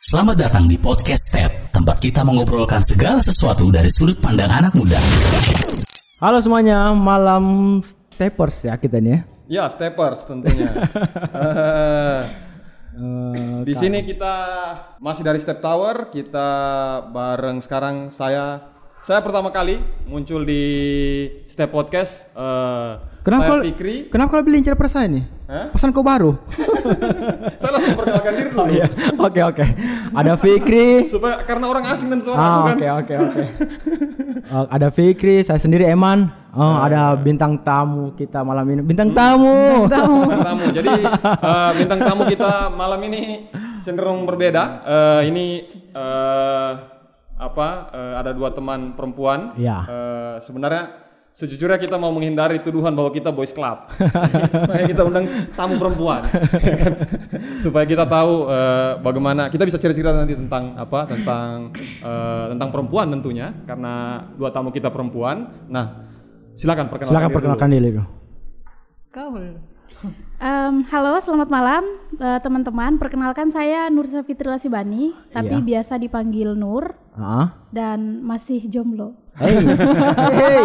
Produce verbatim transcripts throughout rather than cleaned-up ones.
Selamat datang di Podcast Step, tempat kita mengobrolkan segala sesuatu dari sudut pandang anak muda. Halo semuanya, malam Steppers ya kita nih ya. Ya, Steppers tentunya. uh, Uh, di sini kita masih dari Step Tower, kita bareng sekarang saya saya pertama kali muncul di Step Podcast. Uh, kenapa saya Fikri. Kenapa kalau beli incer saya nih? Hah? Pesan kau baru. Saya langsung perkenalkan diri dulu. Oh, iya. Oke oke. Ada Fikri. Supaya karena orang asing dan suara ah, aku kan. Oke oke oke. Uh, ada Fikri, saya sendiri Eman. Oh, uh. ada bintang tamu kita malam ini. Bintang hmm. tamu. Bintang tamu. Bintang tamu. Jadi uh, bintang tamu kita malam ini cenderung berbeda. Uh, ini uh, apa? Uh, ada dua teman perempuan. Ya. Uh, sebenarnya sejujurnya kita mau menghindari tuduhan bahwa kita boys club. Makanya kita undang tamu perempuan. Supaya kita tahu uh, bagaimana kita bisa cerita-cerita nanti tentang apa? Tentang uh, tentang perempuan tentunya karena dua tamu kita perempuan. Nah, silakan perkenalkan silakan diri perkenalkan dulu. diri. Kau. Um, halo, selamat malam uh, teman-teman. Perkenalkan saya Nur Safitri Lasibani, tapi iya. biasa dipanggil Nur. Uh-huh. Dan masih jomblo. Hey. hey.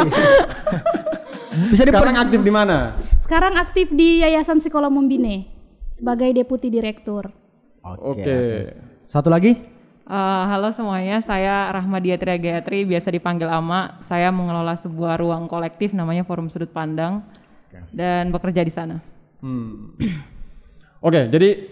Bisa Sekarang aktif di mana? Sekarang aktif di Yayasan Psikolog Membine sebagai deputi direktur. Oke. Okay. Okay. Satu lagi? Uh, halo semuanya, saya Rahmadia Tria Gayatri, biasa dipanggil Ama. Saya mengelola sebuah ruang kolektif namanya Forum Sudut Pandang okay. dan bekerja di sana. Hmm. Oke, okay, jadi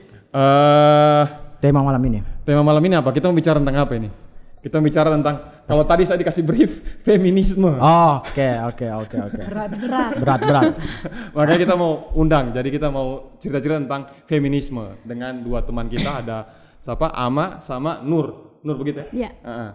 uh, tema malam ini. Tema malam ini apa? Kita mau bicara tentang apa ini? Kita mau bicara tentang kalau tadi saya dikasih brief feminisme. Oke, oke, oke, oke. Berat, berat. Berat, berat. Makanya kita mau undang. Jadi kita mau cerita-cerita tentang feminisme dengan dua teman kita, ada siapa? Ama sama Nur. Nur begitu ya? Iya. Uh,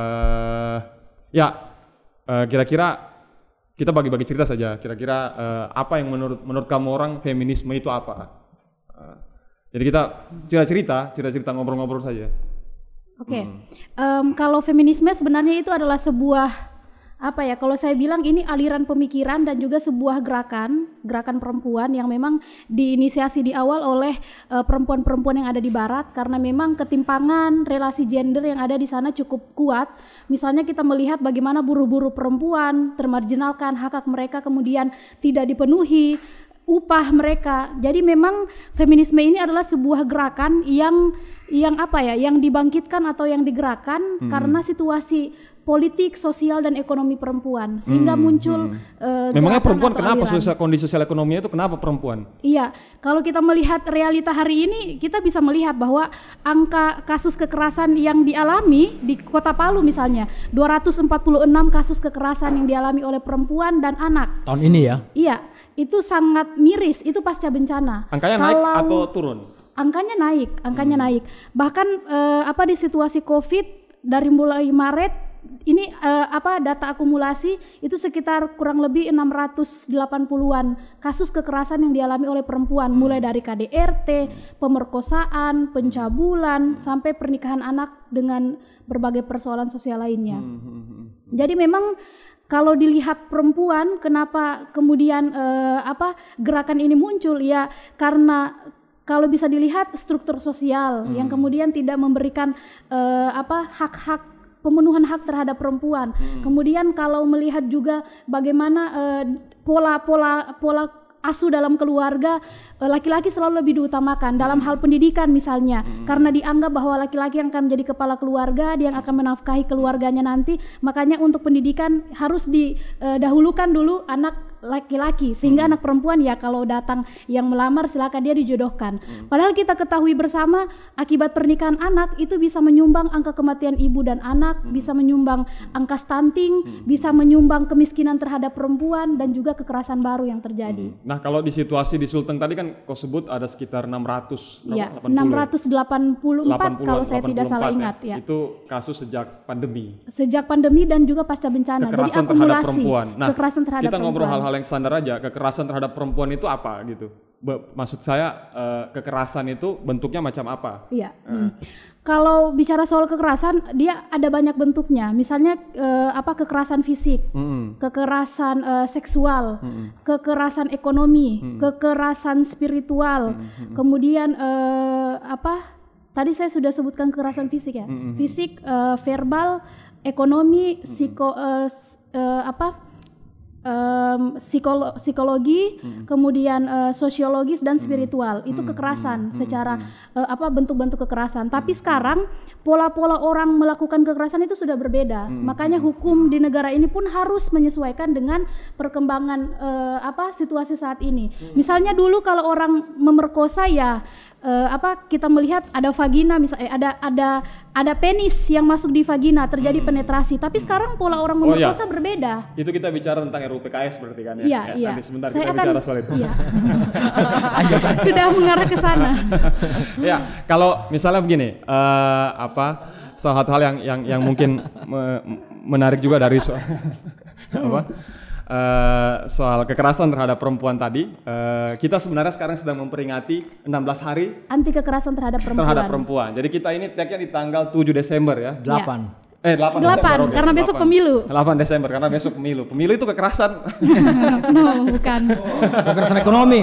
uh, ya, uh, kira-kira kita bagi-bagi cerita saja. Kira-kira uh, apa yang menurut menurut kamu orang feminisme itu apa? Uh, jadi kita cerita-cerita, cerita-cerita ngobrol-ngobrol saja. Oke, okay. hmm. um, kalau feminisme sebenarnya itu adalah sebuah apa ya? Kalau saya bilang ini aliran pemikiran dan juga sebuah gerakan, gerakan perempuan yang memang diinisiasi di awal oleh uh, perempuan-perempuan yang ada di Barat karena memang ketimpangan relasi gender yang ada di sana cukup kuat. Misalnya kita melihat bagaimana buruh-buruh perempuan termarginalkan, hak-hak mereka kemudian tidak dipenuhi, upah mereka. Jadi memang feminisme ini adalah sebuah gerakan yang yang apa ya, yang dibangkitkan atau yang digerakkan hmm. karena situasi politik, sosial dan ekonomi perempuan sehingga hmm. muncul hmm. Uh, memangnya perempuan kenapa sosial, kondisi sosial ekonominya itu kenapa perempuan? Iya, kalau kita melihat realita hari ini kita bisa melihat bahwa angka kasus kekerasan yang dialami di Kota Palu misalnya dua ratus empat puluh enam kasus kekerasan yang dialami oleh perempuan dan anak. Tahun ini ya? Iya, itu sangat miris, itu pasca bencana. Angkanya kalau, naik atau turun? Angkanya naik, angkanya hmm. naik. Bahkan eh, apa di situasi Covid dari mulai Maret ini eh, apa data akumulasi itu sekitar kurang lebih enam ratus delapan puluhan kasus kekerasan yang dialami oleh perempuan hmm. mulai dari K D R T, pemerkosaan, pencabulan sampai pernikahan anak dengan berbagai persoalan sosial lainnya. Hmm. Jadi memang kalau dilihat perempuan, kenapa kemudian eh, apa gerakan ini muncul ya karena kalau bisa dilihat struktur sosial hmm. yang kemudian tidak memberikan uh, apa hak-hak pemenuhan hak terhadap perempuan. Hmm. Kemudian kalau melihat juga bagaimana uh, pola-pola pola asuh dalam keluarga, uh, laki-laki selalu lebih diutamakan dalam hal pendidikan misalnya, hmm. karena dianggap bahwa laki-laki yang akan menjadi kepala keluarga, dia yang akan menafkahi keluarganya nanti, makanya untuk pendidikan harus didahulukan dulu anak laki-laki sehingga hmm. anak perempuan ya kalau datang yang melamar silakan dia dijodohkan. Hmm. Padahal kita ketahui bersama akibat pernikahan anak itu bisa menyumbang angka kematian ibu dan anak, hmm. bisa menyumbang angka stunting, hmm. bisa menyumbang kemiskinan terhadap perempuan dan juga kekerasan baru yang terjadi. Hmm. Nah, kalau di situasi di Sulteng tadi kan kau sebut ada sekitar enam ratus ya, enam ratus delapan puluh empat kalau saya tidak salah ingat ya. ya. Itu kasus sejak pandemi. Sejak pandemi dan juga pasca bencana. Kekerasan Jadi terhadap perempuan. Nah, kekerasan terhadap kita perempuan. ngobrol hal-hal yang standar aja, kekerasan terhadap perempuan itu apa gitu? Be- maksud saya uh, kekerasan itu bentuknya macam apa? Iya. Uh. Hmm. Kalau bicara soal kekerasan, dia ada banyak bentuknya. Misalnya uh, apa kekerasan fisik, hmm. kekerasan uh, seksual, hmm. kekerasan ekonomi, hmm. kekerasan spiritual, hmm. kemudian uh, apa tadi saya sudah sebutkan kekerasan fisik ya, mm-hmm. fisik, uh, verbal, ekonomi, psiko, uh, uh, apa? Um, psikolo- psikologi, hmm. kemudian uh, sosiologis dan spiritual hmm. itu kekerasan hmm. secara uh, apa bentuk-bentuk kekerasan. Tapi hmm. sekarang pola-pola orang melakukan kekerasan itu sudah berbeda. Hmm. Makanya hukum di negara ini pun harus menyesuaikan dengan perkembangan uh, apa situasi saat ini. Hmm. Misalnya dulu kalau orang memerkosa ya Uh, apa kita melihat ada vagina misalnya eh, ada ada ada penis yang masuk di vagina terjadi hmm. penetrasi, tapi sekarang pola orang memerkosa oh, iya. berbeda. Itu kita bicara tentang R U U P K S berarti kan ya. Iya, ya iya. Nanti sebentar Saya kita akan, bicara soal itu. Iya. Sudah mengarah ke sana. Ya, kalau misalnya begini, uh, apa salah satu hal yang yang yang mungkin me- menarik juga dari soal apa Uh, soal kekerasan terhadap perempuan tadi, uh, kita sebenarnya sekarang sedang memperingati enam belas hari anti kekerasan terhadap perempuan. Terhadap perempuan. Jadi kita ini tagnya di tanggal tujuh Desember ya. delapan. Ya. Eh delapan, delapan Desember, okay. karena besok delapan. pemilu. delapan Desember karena besok pemilu. Pemilu itu kekerasan. No, bukan. Kekerasan ekonomi.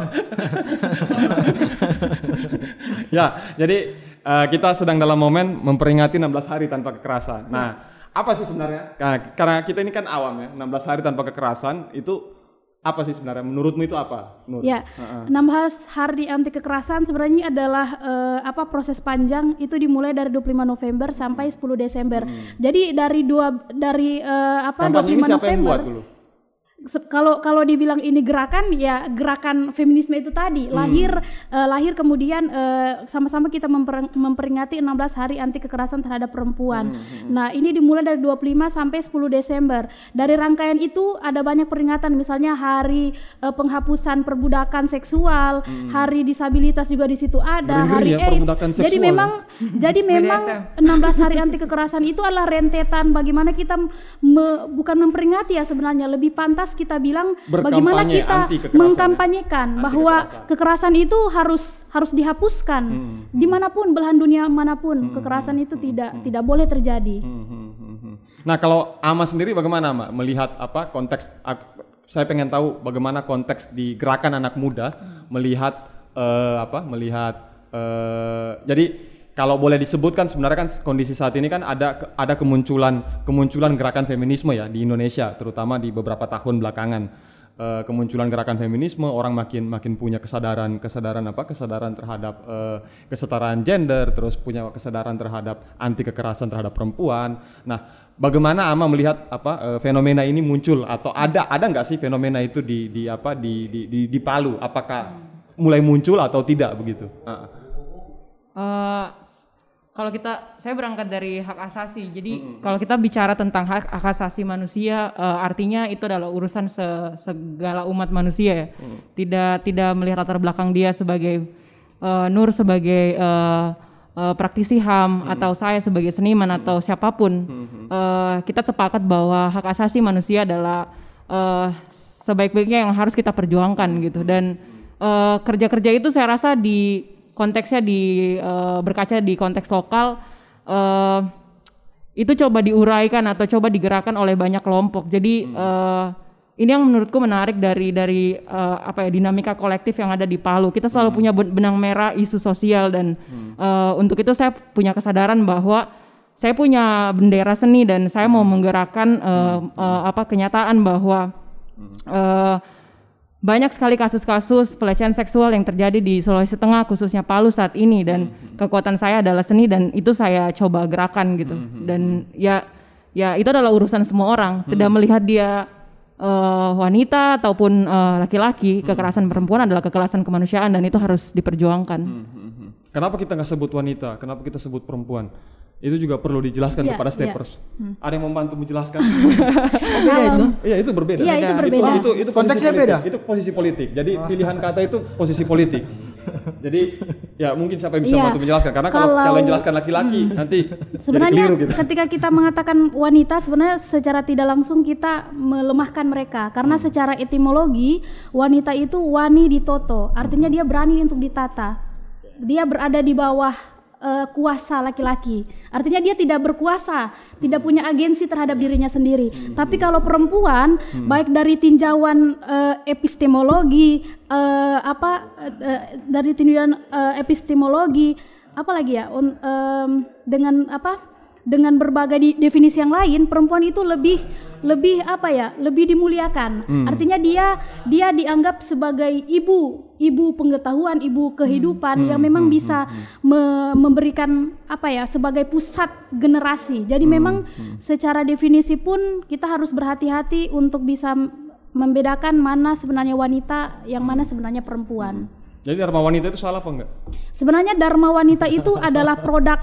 Ya, jadi uh, kita sedang dalam momen memperingati enam belas hari tanpa kekerasan. Nah, apa sih sebenarnya? Nah, karena kita ini kan awam ya, enam belas hari tanpa kekerasan itu apa sih sebenarnya? Menurutmu itu apa? Nur? Ya, uh-uh. enam belas hari anti kekerasan sebenarnya adalah uh, apa proses panjang itu dimulai dari dua puluh lima November sampai sepuluh Desember. Hmm. Jadi dari dua dari uh, apa kampanye dua puluh lima ini siapa November. Yang buat dulu? Kalau kalau dibilang ini gerakan ya gerakan feminisme itu tadi hmm. lahir uh, lahir kemudian uh, sama-sama kita memper, memperingati enam belas hari anti kekerasan terhadap perempuan. Hmm. Nah, ini dimulai dari dua puluh lima sampai sepuluh Desember. Dari rangkaian itu ada banyak peringatan, misalnya hari uh, penghapusan perbudakan seksual, hmm. hari disabilitas juga di situ ada, hari ya, AIDS. Jadi memang jadi memang enam belas hari anti kekerasan itu adalah rentetan bagaimana kita me, bukan memperingati ya sebenarnya, lebih pantas kita bilang bagaimana kita mengkampanyekan ya? bahwa kekerasan itu harus harus dihapuskan hmm, hmm, dimanapun belahan dunia manapun hmm, kekerasan itu hmm, tidak hmm, tidak boleh terjadi. Hmm, hmm, hmm. Nah, kalau Ama sendiri bagaimana Ama melihat apa konteks? Saya pengen tahu bagaimana konteks di gerakan anak muda hmm. melihat uh, apa melihat uh, jadi kalau boleh disebutkan sebenarnya kan kondisi saat ini kan ada ada kemunculan kemunculan gerakan feminisme ya di Indonesia, terutama di beberapa tahun belakangan. E, kemunculan gerakan feminisme, orang makin makin punya kesadaran kesadaran apa kesadaran terhadap e, kesetaraan gender, terus punya kesadaran terhadap anti kekerasan terhadap perempuan. Nah, bagaimana Ama melihat apa e, fenomena ini muncul atau ada ada nggak sih fenomena itu di di apa di di di, di Palu? Apakah mulai muncul atau tidak begitu? Uh. Uh, Kalau kita, saya berangkat dari hak asasi. Jadi mm-hmm. kalau kita bicara tentang hak, hak asasi manusia, uh, artinya itu adalah urusan se, segala umat manusia ya. Mm. Tidak tidak melihat latar belakang dia sebagai uh, Nur sebagai uh, uh, praktisi H A M mm. atau saya sebagai seniman mm. atau siapapun. Mm-hmm. Uh, kita sepakat bahwa hak asasi manusia adalah uh, sebaik-baiknya yang harus kita perjuangkan gitu. Dan uh, kerja-kerja itu saya rasa di konteksnya di uh, berkaca di konteks lokal uh, itu coba diuraikan atau coba digerakkan oleh banyak kelompok. Jadi hmm. uh, ini yang menurutku menarik dari dari uh, apa ya dinamika kolektif yang ada di Palu. Kita selalu hmm. punya benang merah isu sosial dan hmm. uh, untuk itu saya punya kesadaran bahwa saya punya bendera seni dan saya mau menggerakkan uh, uh, apa kenyataan bahwa uh, banyak sekali kasus-kasus pelecehan seksual yang terjadi di Sulawesi Tengah khususnya Palu saat ini dan mm-hmm. kekuatan saya adalah seni dan itu saya coba gerakan gitu mm-hmm. dan ya ya itu adalah urusan semua orang mm-hmm. tidak melihat dia uh, wanita ataupun uh, laki-laki mm-hmm. kekerasan perempuan adalah kekerasan kemanusiaan dan itu harus diperjuangkan. Mm-hmm. Kenapa kita nggak sebut wanita? Kenapa kita sebut perempuan? Itu juga perlu dijelaskan yeah, kepada steppers. Yeah. Hmm. Ada yang membantu menjelaskan? Beda itu? Iya, itu berbeda. Iya, itu berbeda. Itu, itu, itu konteksnya beda. Itu posisi politik. Jadi oh. pilihan kata itu posisi politik. Jadi ya mungkin siapa yang bisa yeah. bantu menjelaskan karena kalau kalau yang jelaskan laki-laki hmm. nanti sebenarnya jadi keliru gitu. Ketika kita mengatakan wanita sebenarnya secara tidak langsung kita melemahkan mereka karena hmm. secara etimologi wanita itu wani ditoto, artinya dia berani untuk ditata. Dia berada di bawah Uh, kuasa laki-laki, artinya dia tidak berkuasa, hmm. tidak punya agensi terhadap dirinya sendiri. Hmm. Tapi kalau perempuan, hmm. baik dari tinjauan uh, epistemologi, uh, apa uh, dari tinjauan uh, epistemologi, apa lagi ya un, um, dengan apa dengan berbagai di, definisi yang lain, perempuan itu lebih lebih apa ya lebih dimuliakan. Hmm. Artinya dia dia dianggap sebagai ibu ibu pengetahuan, ibu kehidupan hmm. yang memang hmm. bisa hmm. Me, memberikan apa ya sebagai pusat generasi. Jadi hmm. memang hmm. secara definisi pun kita harus berhati-hati untuk bisa membedakan mana sebenarnya wanita, yang mana sebenarnya perempuan. Jadi dharma wanita itu salah apa enggak? Sebenarnya dharma wanita itu adalah produk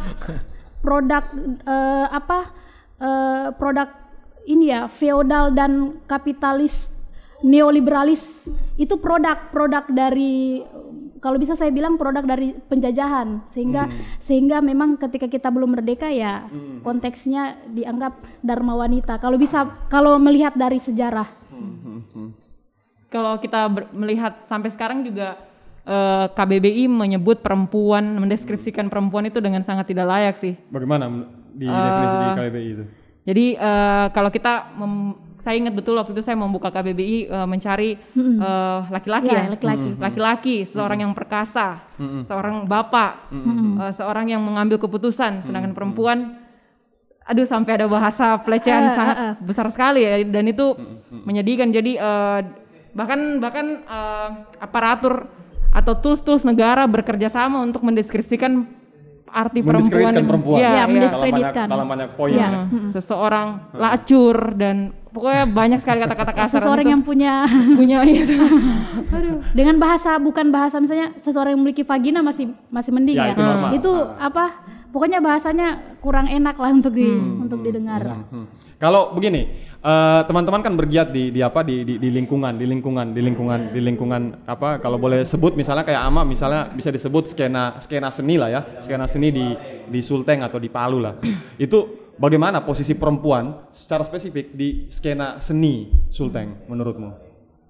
produk uh, apa uh, produk ini ya feodal dan kapitalis neoliberalis, itu produk-produk dari, kalau bisa saya bilang produk dari penjajahan, sehingga hmm. sehingga memang ketika kita belum merdeka ya hmm. konteksnya dianggap dharma wanita kalau bisa, kalau melihat dari sejarah. hmm. Hmm. Kalau kita ber- melihat sampai sekarang juga Uh, K B B I menyebut perempuan, mendeskripsikan perempuan itu dengan sangat tidak layak sih. Bagaimana di uh, definisi di K B B I itu? Jadi uh, kalau kita, mem- saya ingat betul waktu itu saya membuka K B B I uh, mencari uh, laki-laki ya, ya laki-laki, laki-laki, seorang yang perkasa, mm-hmm. seorang bapak, mm-hmm. uh, seorang yang mengambil keputusan, sedangkan mm-hmm. perempuan, aduh sampai ada bahasa pelecehan uh, sangat uh, uh. besar sekali ya, dan itu mm-hmm. menyedihkan. Jadi uh, bahkan bahkan uh, aparatur atau tools-tools negara bekerja sama untuk mendeskripsikan arti perempuan. perempuan. Ya, ya, mendiskreditkan. Dalam banyak poin. Ya. Ya. Seseorang lacur dan pokoknya banyak sekali kata-kata kasar. Seseorang yang punya punya itu. Aduh. Dengan bahasa, bukan bahasa misalnya seseorang yang memiliki vagina masih masih mending ya. ya. Itu, hmm. itu apa? Pokoknya bahasanya kurang enak lah untuk di hmm. untuk didengar. Hmm. Hmm. Kalau begini, uh, teman-teman kan bergiat di, di apa di, di, di lingkungan, di lingkungan, di lingkungan, di lingkungan apa? Kalau boleh sebut misalnya kayak Ama, misalnya bisa disebut skena skena seni lah ya, skena seni di di Sulteng atau di Palu lah. Itu bagaimana posisi perempuan secara spesifik di skena seni Sulteng menurutmu?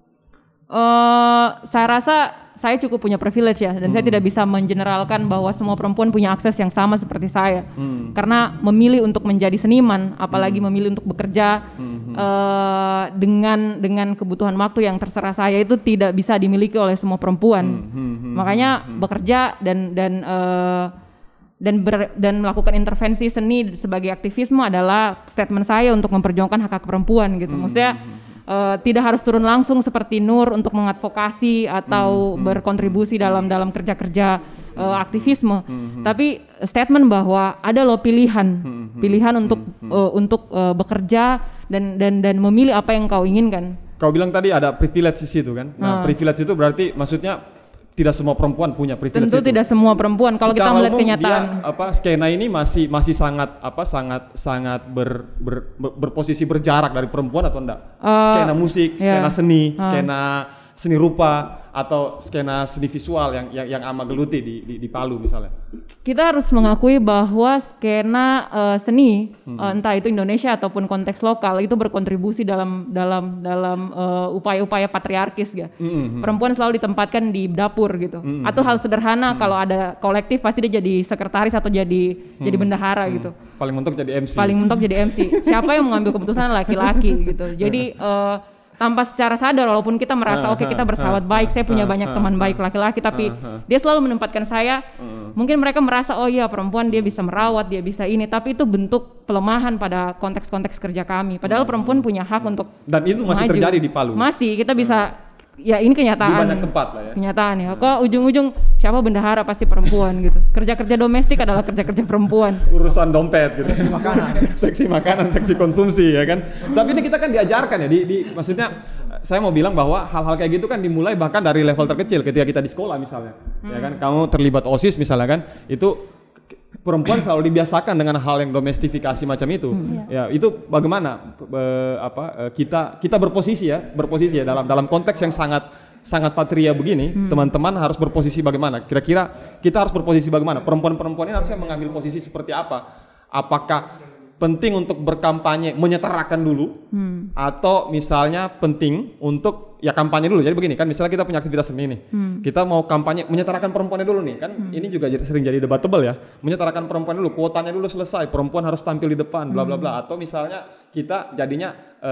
Uh, saya rasa saya cukup punya privilege ya, dan hmm. saya tidak bisa mengeneralkan bahwa semua perempuan punya akses yang sama seperti saya. Hmm. Karena memilih untuk menjadi seniman, apalagi hmm. memilih untuk bekerja hmm. uh, dengan dengan kebutuhan waktu yang terserah saya, itu tidak bisa dimiliki oleh semua perempuan. Hmm. Hmm. Makanya hmm. bekerja dan dan uh, dan ber, dan melakukan intervensi seni sebagai aktivisme adalah statement saya untuk memperjuangkan hak hak perempuan gitu. Maksudnya Uh, tidak harus turun langsung seperti Nur untuk mengadvokasi atau hmm, berkontribusi hmm, dalam dalam kerja-kerja uh, aktivisme, hmm, tapi statement bahwa ada loh pilihan, hmm, pilihan hmm, untuk hmm, uh, untuk uh, bekerja dan dan dan memilih apa yang kau inginkan. Kau bilang tadi ada privilege di situ kan? Nah, hmm. privilege itu berarti maksudnya tidak semua perempuan punya privilege. Tentu itu. Tidak semua perempuan. Kalau kita melihat kenyataan, dia, apa skena ini masih masih sangat apa sangat sangat ber, ber, ber, berposisi berjarak dari perempuan atau enggak? Uh, skena musik, yeah. skena seni, uh. skena seni rupa atau skena seni visual yang yang, yang Ama geluti di, di di Palu misalnya. Kita harus mengakui bahwa skena uh, seni hmm. uh, entah itu Indonesia ataupun konteks lokal itu berkontribusi dalam dalam dalam uh, upaya-upaya patriarkis ya. Hmm. Perempuan selalu ditempatkan di dapur gitu. Hmm. Atau hal sederhana hmm. kalau ada kolektif pasti dia jadi sekretaris atau jadi hmm. jadi bendahara hmm. gitu. Paling mentok jadi M C. Paling mentok jadi M C. Siapa yang mengambil keputusan? Laki-laki gitu. Jadi uh, tanpa secara sadar, walaupun kita merasa oke okay, kita bersahabat baik, saya punya banyak teman baik laki-laki, tapi dia selalu menempatkan saya, mungkin mereka merasa oh iya perempuan dia bisa merawat, dia bisa ini, tapi itu bentuk pelemahan pada konteks-konteks kerja kami, padahal perempuan punya hak untuk dan itu masih maju. Terjadi di Palu? Masih, kita bisa ya ini kenyataan. Di banyak tempat lah ya. Kenyataan ya. Kok ujung-ujung siapa bendahara pasti perempuan gitu. Kerja-kerja domestik adalah kerja-kerja perempuan. Urusan dompet gitu. Seksi makanan. seksi makanan, seksi konsumsi ya kan. Tapi ini kita kan diajarkan ya di, di maksudnya saya mau bilang bahwa hal-hal kayak gitu kan dimulai bahkan dari level terkecil ketika kita di sekolah misalnya. Hmm. Ya kan kamu terlibat OSIS misalnya kan, itu perempuan selalu dibiasakan dengan hal yang domestifikasi macam itu. Hmm. Ya, itu bagaimana e, apa e, kita kita berposisi ya, berposisi ya dalam dalam konteks yang sangat sangat patria begini, hmm. teman-teman harus berposisi bagaimana? Kira-kira kita harus berposisi bagaimana? Perempuan-perempuan ini harusnya mengambil posisi seperti apa? Apakah penting untuk berkampanye menyetarakan dulu hmm. atau misalnya penting untuk ya kampanye dulu. Jadi begini kan, misalnya kita punya aktivitas seni nih, hmm. kita mau kampanye menyetarakan perempuannya dulu nih kan, hmm. ini juga jadi, sering jadi debatable ya, menyetarakan perempuan dulu, kuotanya dulu selesai, perempuan harus tampil di depan, bla bla bla. Atau misalnya kita jadinya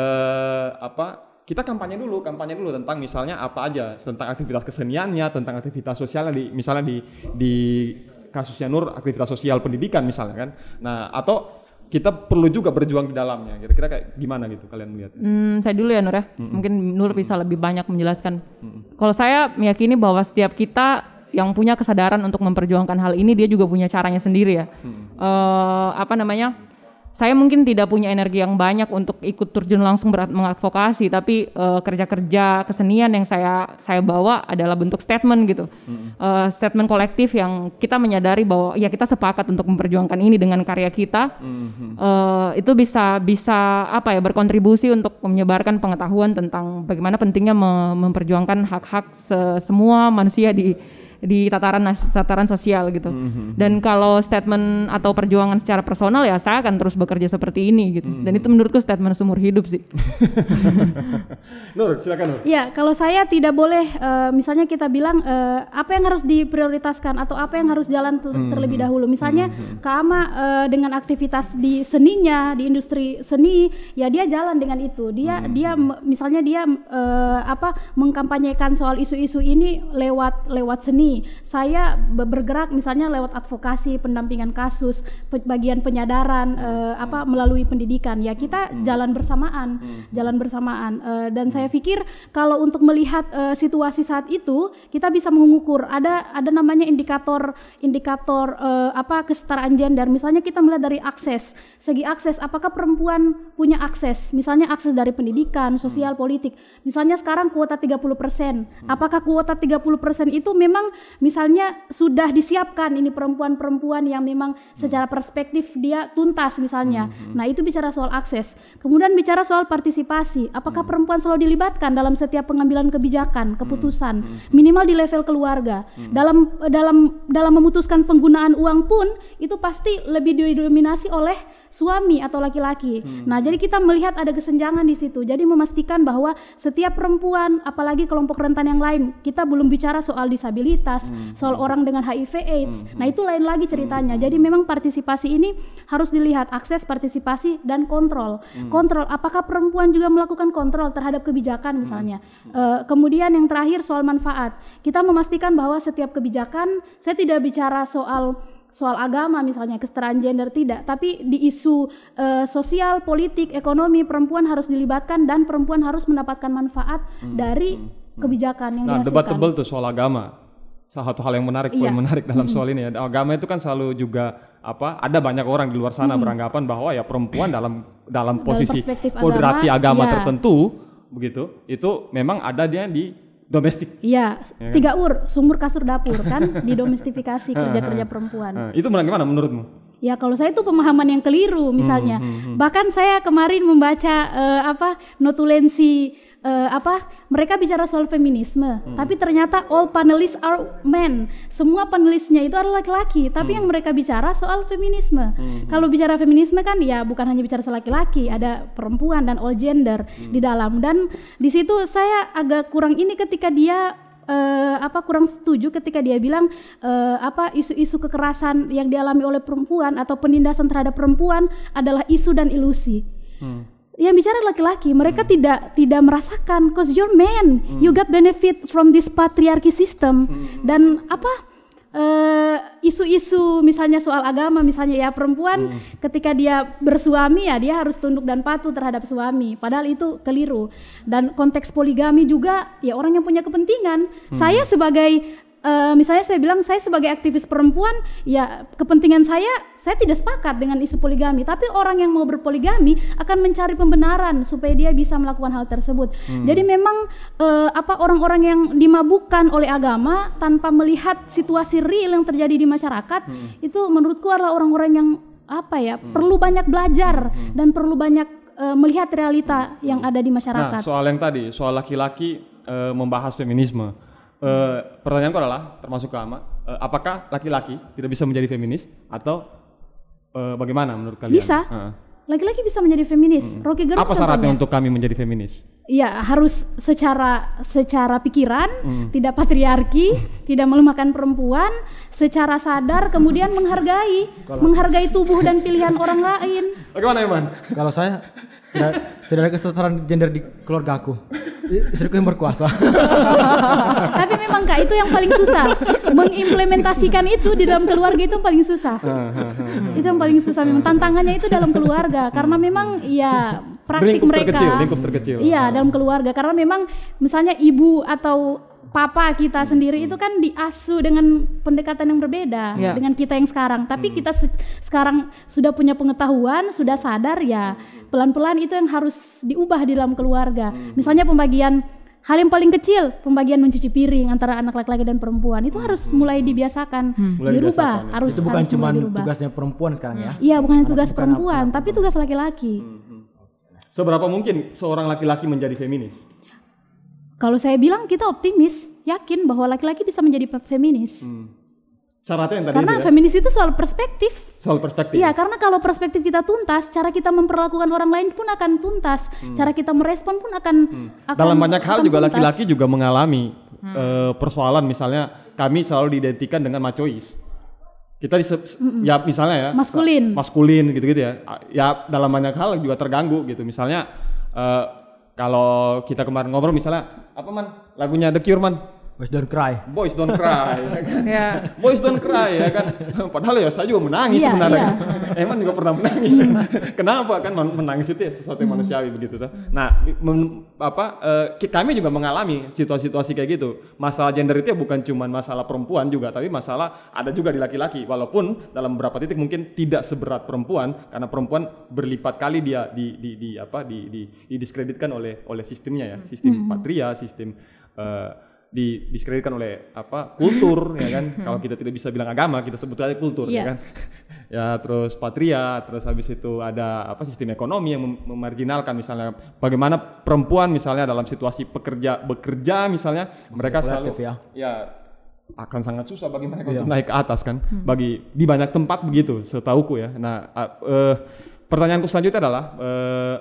eh, apa? Kita kampanye dulu, kampanye dulu tentang misalnya apa aja, tentang aktivitas keseniannya, tentang aktivitas sosialnya di misalnya di di kasusnya Nur aktivitas sosial pendidikan misalnya kan. Nah, atau kita perlu juga berjuang di dalamnya. Kira-kira kayak gimana gitu kalian melihat? Hmm, saya dulu ya Nur ya. Mm-mm. Mungkin Nur bisa lebih banyak menjelaskan. Mm-mm. Kalau saya meyakini bahwa setiap kita yang punya kesadaran untuk memperjuangkan hal ini, dia juga punya caranya sendiri ya. Mm-mm. Uh, apa namanya? Saya mungkin tidak punya energi yang banyak untuk ikut terjun langsung berat mengadvokasi, tapi uh, kerja-kerja kesenian yang saya saya bawa adalah bentuk statement gitu, mm-hmm. uh, statement kolektif yang kita menyadari bahwa ya kita sepakat untuk memperjuangkan ini dengan karya kita, mm-hmm. uh, itu bisa bisa apa ya berkontribusi untuk menyebarkan pengetahuan tentang bagaimana pentingnya me- memperjuangkan hak-hak se- semua manusia di di tataran tataran sosial gitu. Mm-hmm. Dan kalau statement atau perjuangan secara personal ya saya akan terus bekerja seperti ini gitu. Mm-hmm. Dan itu menurutku statement seumur hidup sih. Nur, silakan Nur. Ya, kalau saya tidak boleh uh, misalnya kita bilang uh, apa yang harus diprioritaskan atau apa yang harus jalan ter- mm-hmm. terlebih dahulu. Misalnya mm-hmm. Kak Ama uh, dengan aktivitas di seninya, di industri seni, ya dia jalan dengan itu. Dia mm-hmm. dia misalnya dia uh, apa mengkampanyekan soal isu-isu ini lewat lewat seni. Saya bergerak misalnya lewat advokasi, pendampingan kasus, bagian penyadaran uh, apa melalui pendidikan. Ya kita hmm. jalan bersamaan, hmm. jalan bersamaan. Uh, dan hmm. saya pikir kalau untuk melihat uh, situasi saat itu, kita bisa mengukur ada ada namanya indikator indikator uh, apa kesetaraan gender. Misalnya kita melihat dari akses, segi akses, apakah perempuan punya akses? Misalnya akses dari pendidikan, sosial, hmm. politik. Misalnya sekarang kuota tiga puluh persen. Hmm. Apakah kuota tiga puluh persen itu memang misalnya sudah disiapkan ini perempuan-perempuan yang memang secara perspektif dia tuntas misalnya. Mm-hmm. Nah itu bicara soal akses. Kemudian bicara soal partisipasi. Apakah mm-hmm. perempuan selalu dilibatkan dalam setiap pengambilan kebijakan, keputusan, mm-hmm. minimal di level keluarga. Mm-hmm. Dalam dalam dalam memutuskan penggunaan uang pun itu pasti lebih didominasi oleh suami atau laki-laki. Hmm. Nah, jadi kita melihat ada kesenjangan di situ. Jadi memastikan bahwa setiap perempuan, apalagi kelompok rentan yang lain, kita belum bicara soal disabilitas, hmm. soal orang dengan H I V AIDS. Hmm. Nah, itu lain lagi ceritanya. Hmm. Jadi memang partisipasi ini harus dilihat akses, partisipasi dan kontrol. Hmm. Kontrol, apakah perempuan juga melakukan kontrol terhadap kebijakan misalnya. Hmm. Uh, kemudian yang terakhir soal manfaat. Kita memastikan bahwa setiap kebijakan, saya tidak bicara soal soal agama misalnya, kesetaraan gender tidak, tapi di isu uh, sosial, politik, ekonomi, perempuan harus dilibatkan dan perempuan harus mendapatkan manfaat hmm, dari hmm, hmm. kebijakan yang nah, dihasilkan. Nah, debat tebal tuh soal agama. Salah satu hal yang menarik, poin iya. menarik dalam hmm. soal ini ya. Agama itu kan selalu juga apa? Ada banyak orang di luar sana hmm. beranggapan bahwa ya perempuan dalam dalam posisi kodrati agama, agama ya. tertentu begitu, itu memang ada dia di domestik. Iya, ya kan? Tiga ur, sumur kasur dapur kan didomestifikasi kerja-kerja perempuan. Itu bagaimana menurutmu? Ya kalau saya itu pemahaman yang keliru misalnya. Hmm, hmm, hmm. Bahkan saya kemarin membaca uh, apa notulensi uh, apa mereka bicara soal feminisme, hmm. tapi ternyata all panelists are men. Semua panelisnya itu adalah laki-laki, tapi hmm. yang mereka bicara soal feminisme. Hmm. Kalau bicara feminisme kan ya bukan hanya bicara soal laki-laki, ada perempuan dan all gender hmm. di dalam. Dan di situ saya agak kurang ini ketika dia Uh, apa kurang setuju ketika dia bilang uh, apa isu-isu kekerasan yang dialami oleh perempuan atau penindasan terhadap perempuan adalah isu dan ilusi. Hmm. Yang bicara laki-laki, mereka hmm. tidak tidak merasakan, cause you're man, hmm. you got benefit from this patriarchy system. Hmm. Dan apa uh, isu-isu misalnya soal agama misalnya ya perempuan hmm. ketika dia bersuami ya dia harus tunduk dan patuh terhadap suami, padahal itu keliru. Dan konteks poligami juga ya orang yang punya kepentingan. Hmm. Saya sebagai uh, misalnya saya bilang saya sebagai aktivis perempuan ya kepentingan saya saya tidak sepakat dengan isu poligami, tapi orang yang mau berpoligami akan mencari pembenaran supaya dia bisa melakukan hal tersebut. Hmm. Jadi memang uh, apa orang-orang yang dimabukkan oleh agama tanpa melihat situasi real yang terjadi di masyarakat hmm. itu menurutku adalah orang-orang yang apa ya hmm. perlu banyak belajar hmm. dan perlu banyak uh, melihat realita hmm. yang ada di masyarakat. Nah, soal yang tadi soal laki-laki uh, membahas feminisme. Uh, pertanyaanku adalah termasuk ke Ama, uh, apakah laki-laki tidak bisa menjadi feminis atau uh, bagaimana menurut kalian? Bisa, uh. laki-laki bisa menjadi feminis. Hmm. Rocky Gerung apa syaratnya contohnya untuk kami menjadi feminis? Ya harus secara secara pikiran, hmm. tidak patriarki, tidak melemahkan perempuan, secara sadar kemudian menghargai, Kalau... menghargai tubuh dan pilihan orang lain. Bagaimana Iman? Kalau saya tidak, tidak ada kesetaraan gender di keluarga aku. Istriku yang berkuasa. Tapi memang Kak itu yang paling susah. Mengimplementasikan itu di dalam keluarga itu yang paling susah. Itu yang paling susah memang tantangannya itu dalam keluarga karena memang ya praktik lingkup mereka. Terkecil, lingkup terkecil. Iya, dalam keluarga karena memang misalnya ibu atau papa kita sendiri itu kan diasuh dengan pendekatan yang berbeda Ya. dengan kita yang sekarang. Tapi kita se- sekarang sudah punya pengetahuan, sudah sadar ya pelan-pelan itu yang harus diubah di dalam keluarga. Misalnya pembagian hal yang paling kecil, pembagian mencuci piring antara anak laki-laki dan perempuan itu harus mulai dibiasakan, Mulai dirubah, dibiasakan, ya. harus Itu bukan harus cuma mulai dirubah. tugasnya perempuan sekarang ya. Iya, bukan Anak- tugas bukan perempuan, apa- tapi tugas laki-laki. Seberapa mungkin seorang laki-laki menjadi feminis? Kalau saya bilang kita optimis, yakin bahwa laki-laki bisa menjadi pe- feminis. Syaratnya yang tadi Karena itu ya, feminis itu soal perspektif. soal perspektif. Iya, karena kalau perspektif kita tuntas, cara kita memperlakukan orang lain pun akan tuntas. Cara kita merespon pun akan, akan Dalam banyak hal akan juga tuntas. laki-laki juga mengalami eh, persoalan, misalnya kami selalu diidentikan dengan machois. Kita di ya misalnya ya Maskulin. maskulin gitu-gitu ya. Ya dalam banyak hal juga terganggu gitu. Misalnya eh, kalau kita kemarin ngobrol misalnya apa man lagunya The Cure man, Boys don't cry. Boys Don't Cry ya kan? Ya. Boys Don't Cry ya kan. Padahal ya saya juga menangis Iya, sebenarnya. iya. Eman juga pernah menangis. Kenapa kan men- menangis itu ya sesuatu yang manusiawi begitu tuh. Nah, mem- apa eh, ki- kami juga mengalami situasi-situasi kayak gitu. Masalah gender itu ya bukan cuma masalah perempuan juga, tapi masalah ada juga di laki-laki. Walaupun dalam beberapa titik mungkin tidak seberat perempuan karena perempuan berlipat kali dia di di, di apa di, di didiskreditkan oleh oleh sistemnya ya, sistem patria, sistem eh, di diskreditkan oleh apa kultur ya kan. Kalau kita tidak bisa bilang agama kita sebut aja kultur Iya. ya kan. Ya terus patria, terus habis itu ada apa sistem ekonomi yang mem- memarginalkan misalnya bagaimana perempuan misalnya dalam situasi pekerja bekerja misalnya mereka selalu Kolektif ya. ya akan sangat susah bagi mereka untuk naik ke atas kan. Bagi di banyak tempat begitu setauku ya. Nah, a- eh, pertanyaanku selanjutnya adalah eh,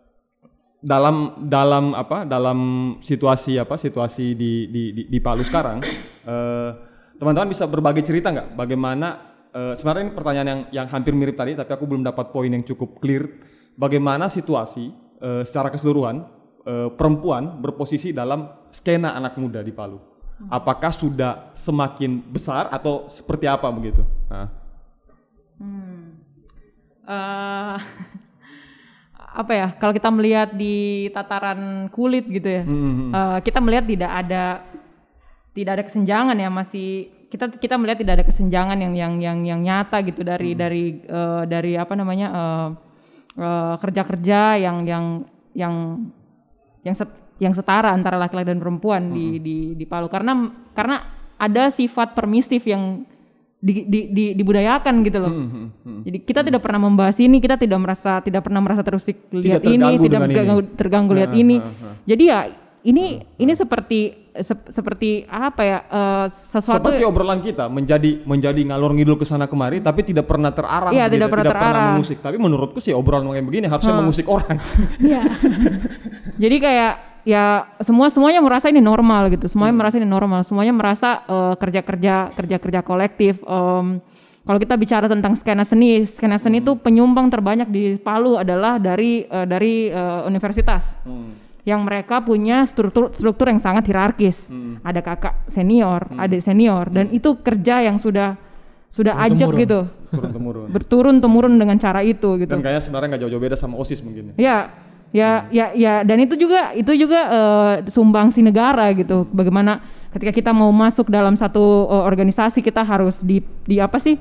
dalam dalam apa dalam situasi apa situasi di di di, di Palu sekarang eh, teman-teman bisa berbagi cerita nggak bagaimana eh, sebenarnya ini pertanyaan yang yang hampir mirip tadi tapi aku belum dapat poin yang cukup clear bagaimana situasi eh, secara keseluruhan eh, perempuan berposisi dalam skena anak muda di Palu, apakah sudah semakin besar atau seperti apa begitu? Nah. Eh, apa ya, kalau kita melihat di tataran kulit gitu ya, eh, kita melihat tidak ada tidak ada kesenjangan ya, masih kita kita melihat tidak ada kesenjangan yang yang yang yang nyata gitu dari dari eh, dari apa namanya eh, eh, kerja-kerja yang yang yang yang set, yang setara antara laki-laki dan perempuan di di di Palu, karena karena ada sifat permisif yang di, di, di, dibudayakan gitu loh. Hmm, hmm, hmm. Jadi kita tidak pernah membahas ini, kita tidak merasa tidak pernah merasa terusik lihat ini, terganggu tidak dengan terganggu, ini. terganggu lihat Nah, ini. nah, nah. Jadi ya ini ini seperti sep- seperti apa ya eh, sesuatu Seperti obrolan kita menjadi menjadi ngalor ngidul ke sana kemari tapi tidak pernah terarah, Iya, begitu, tidak pernah terarah. mengusik. Tapi menurutku sih obrolan kayak begini harusnya mengusik orang. Iya. Jadi kayak ya semua semuanya merasa ini normal gitu, semuanya merasa ini normal, semuanya merasa eh, kerja-kerja kerja-kerja kolektif. Em, kalau kita bicara tentang skena seni, skena seni itu penyumbang terbanyak di Palu adalah dari eh, dari eh, universitas, yang mereka punya struktur struktur yang sangat hierarkis. Ada kakak senior, adik senior, dan itu kerja yang sudah sudah ajak Turun-temurun. gitu, Turun temurun. berturun temurun dengan cara itu gitu. Dan kayaknya sebenarnya nggak jauh-jauh beda sama OSIS mungkin. Ya, ya, ya, ya, dan itu juga itu juga eh, sumbangsi negara gitu. Bagaimana ketika kita mau masuk dalam satu eh, organisasi kita harus di di apa sih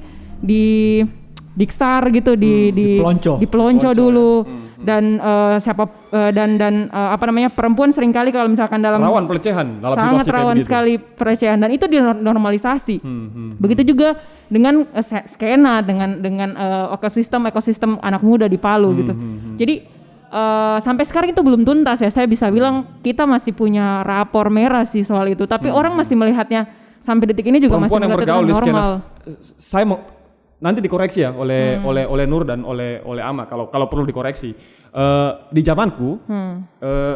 di diksar gitu, di di dipelonco. dipelonco dulu. Dan eh, siapa eh, dan dan eh, apa namanya perempuan seringkali kalau misalkan dalam Rawan pelecehan dalam sangat situasi kayak rawan begitu. sekali pelecehan, dan itu dinormalisasi. Hmm, hmm. Begitu juga dengan eh, se- skena, dengan dengan eh, ekosistem ekosistem anak muda di Palu Hmm, gitu. Jadi eh, sampai sekarang itu belum tuntas ya. Saya bisa bilang kita masih punya rapor merah sih soal itu. Tapi orang masih melihatnya sampai detik ini juga masih Hmm. Perempuan yang melihatnya bergaul di skena normal. saya mau nanti dikoreksi ya oleh oleh oleh Nur dan oleh oleh Ama kalau kalau perlu dikoreksi. Eh, di zamanku eh,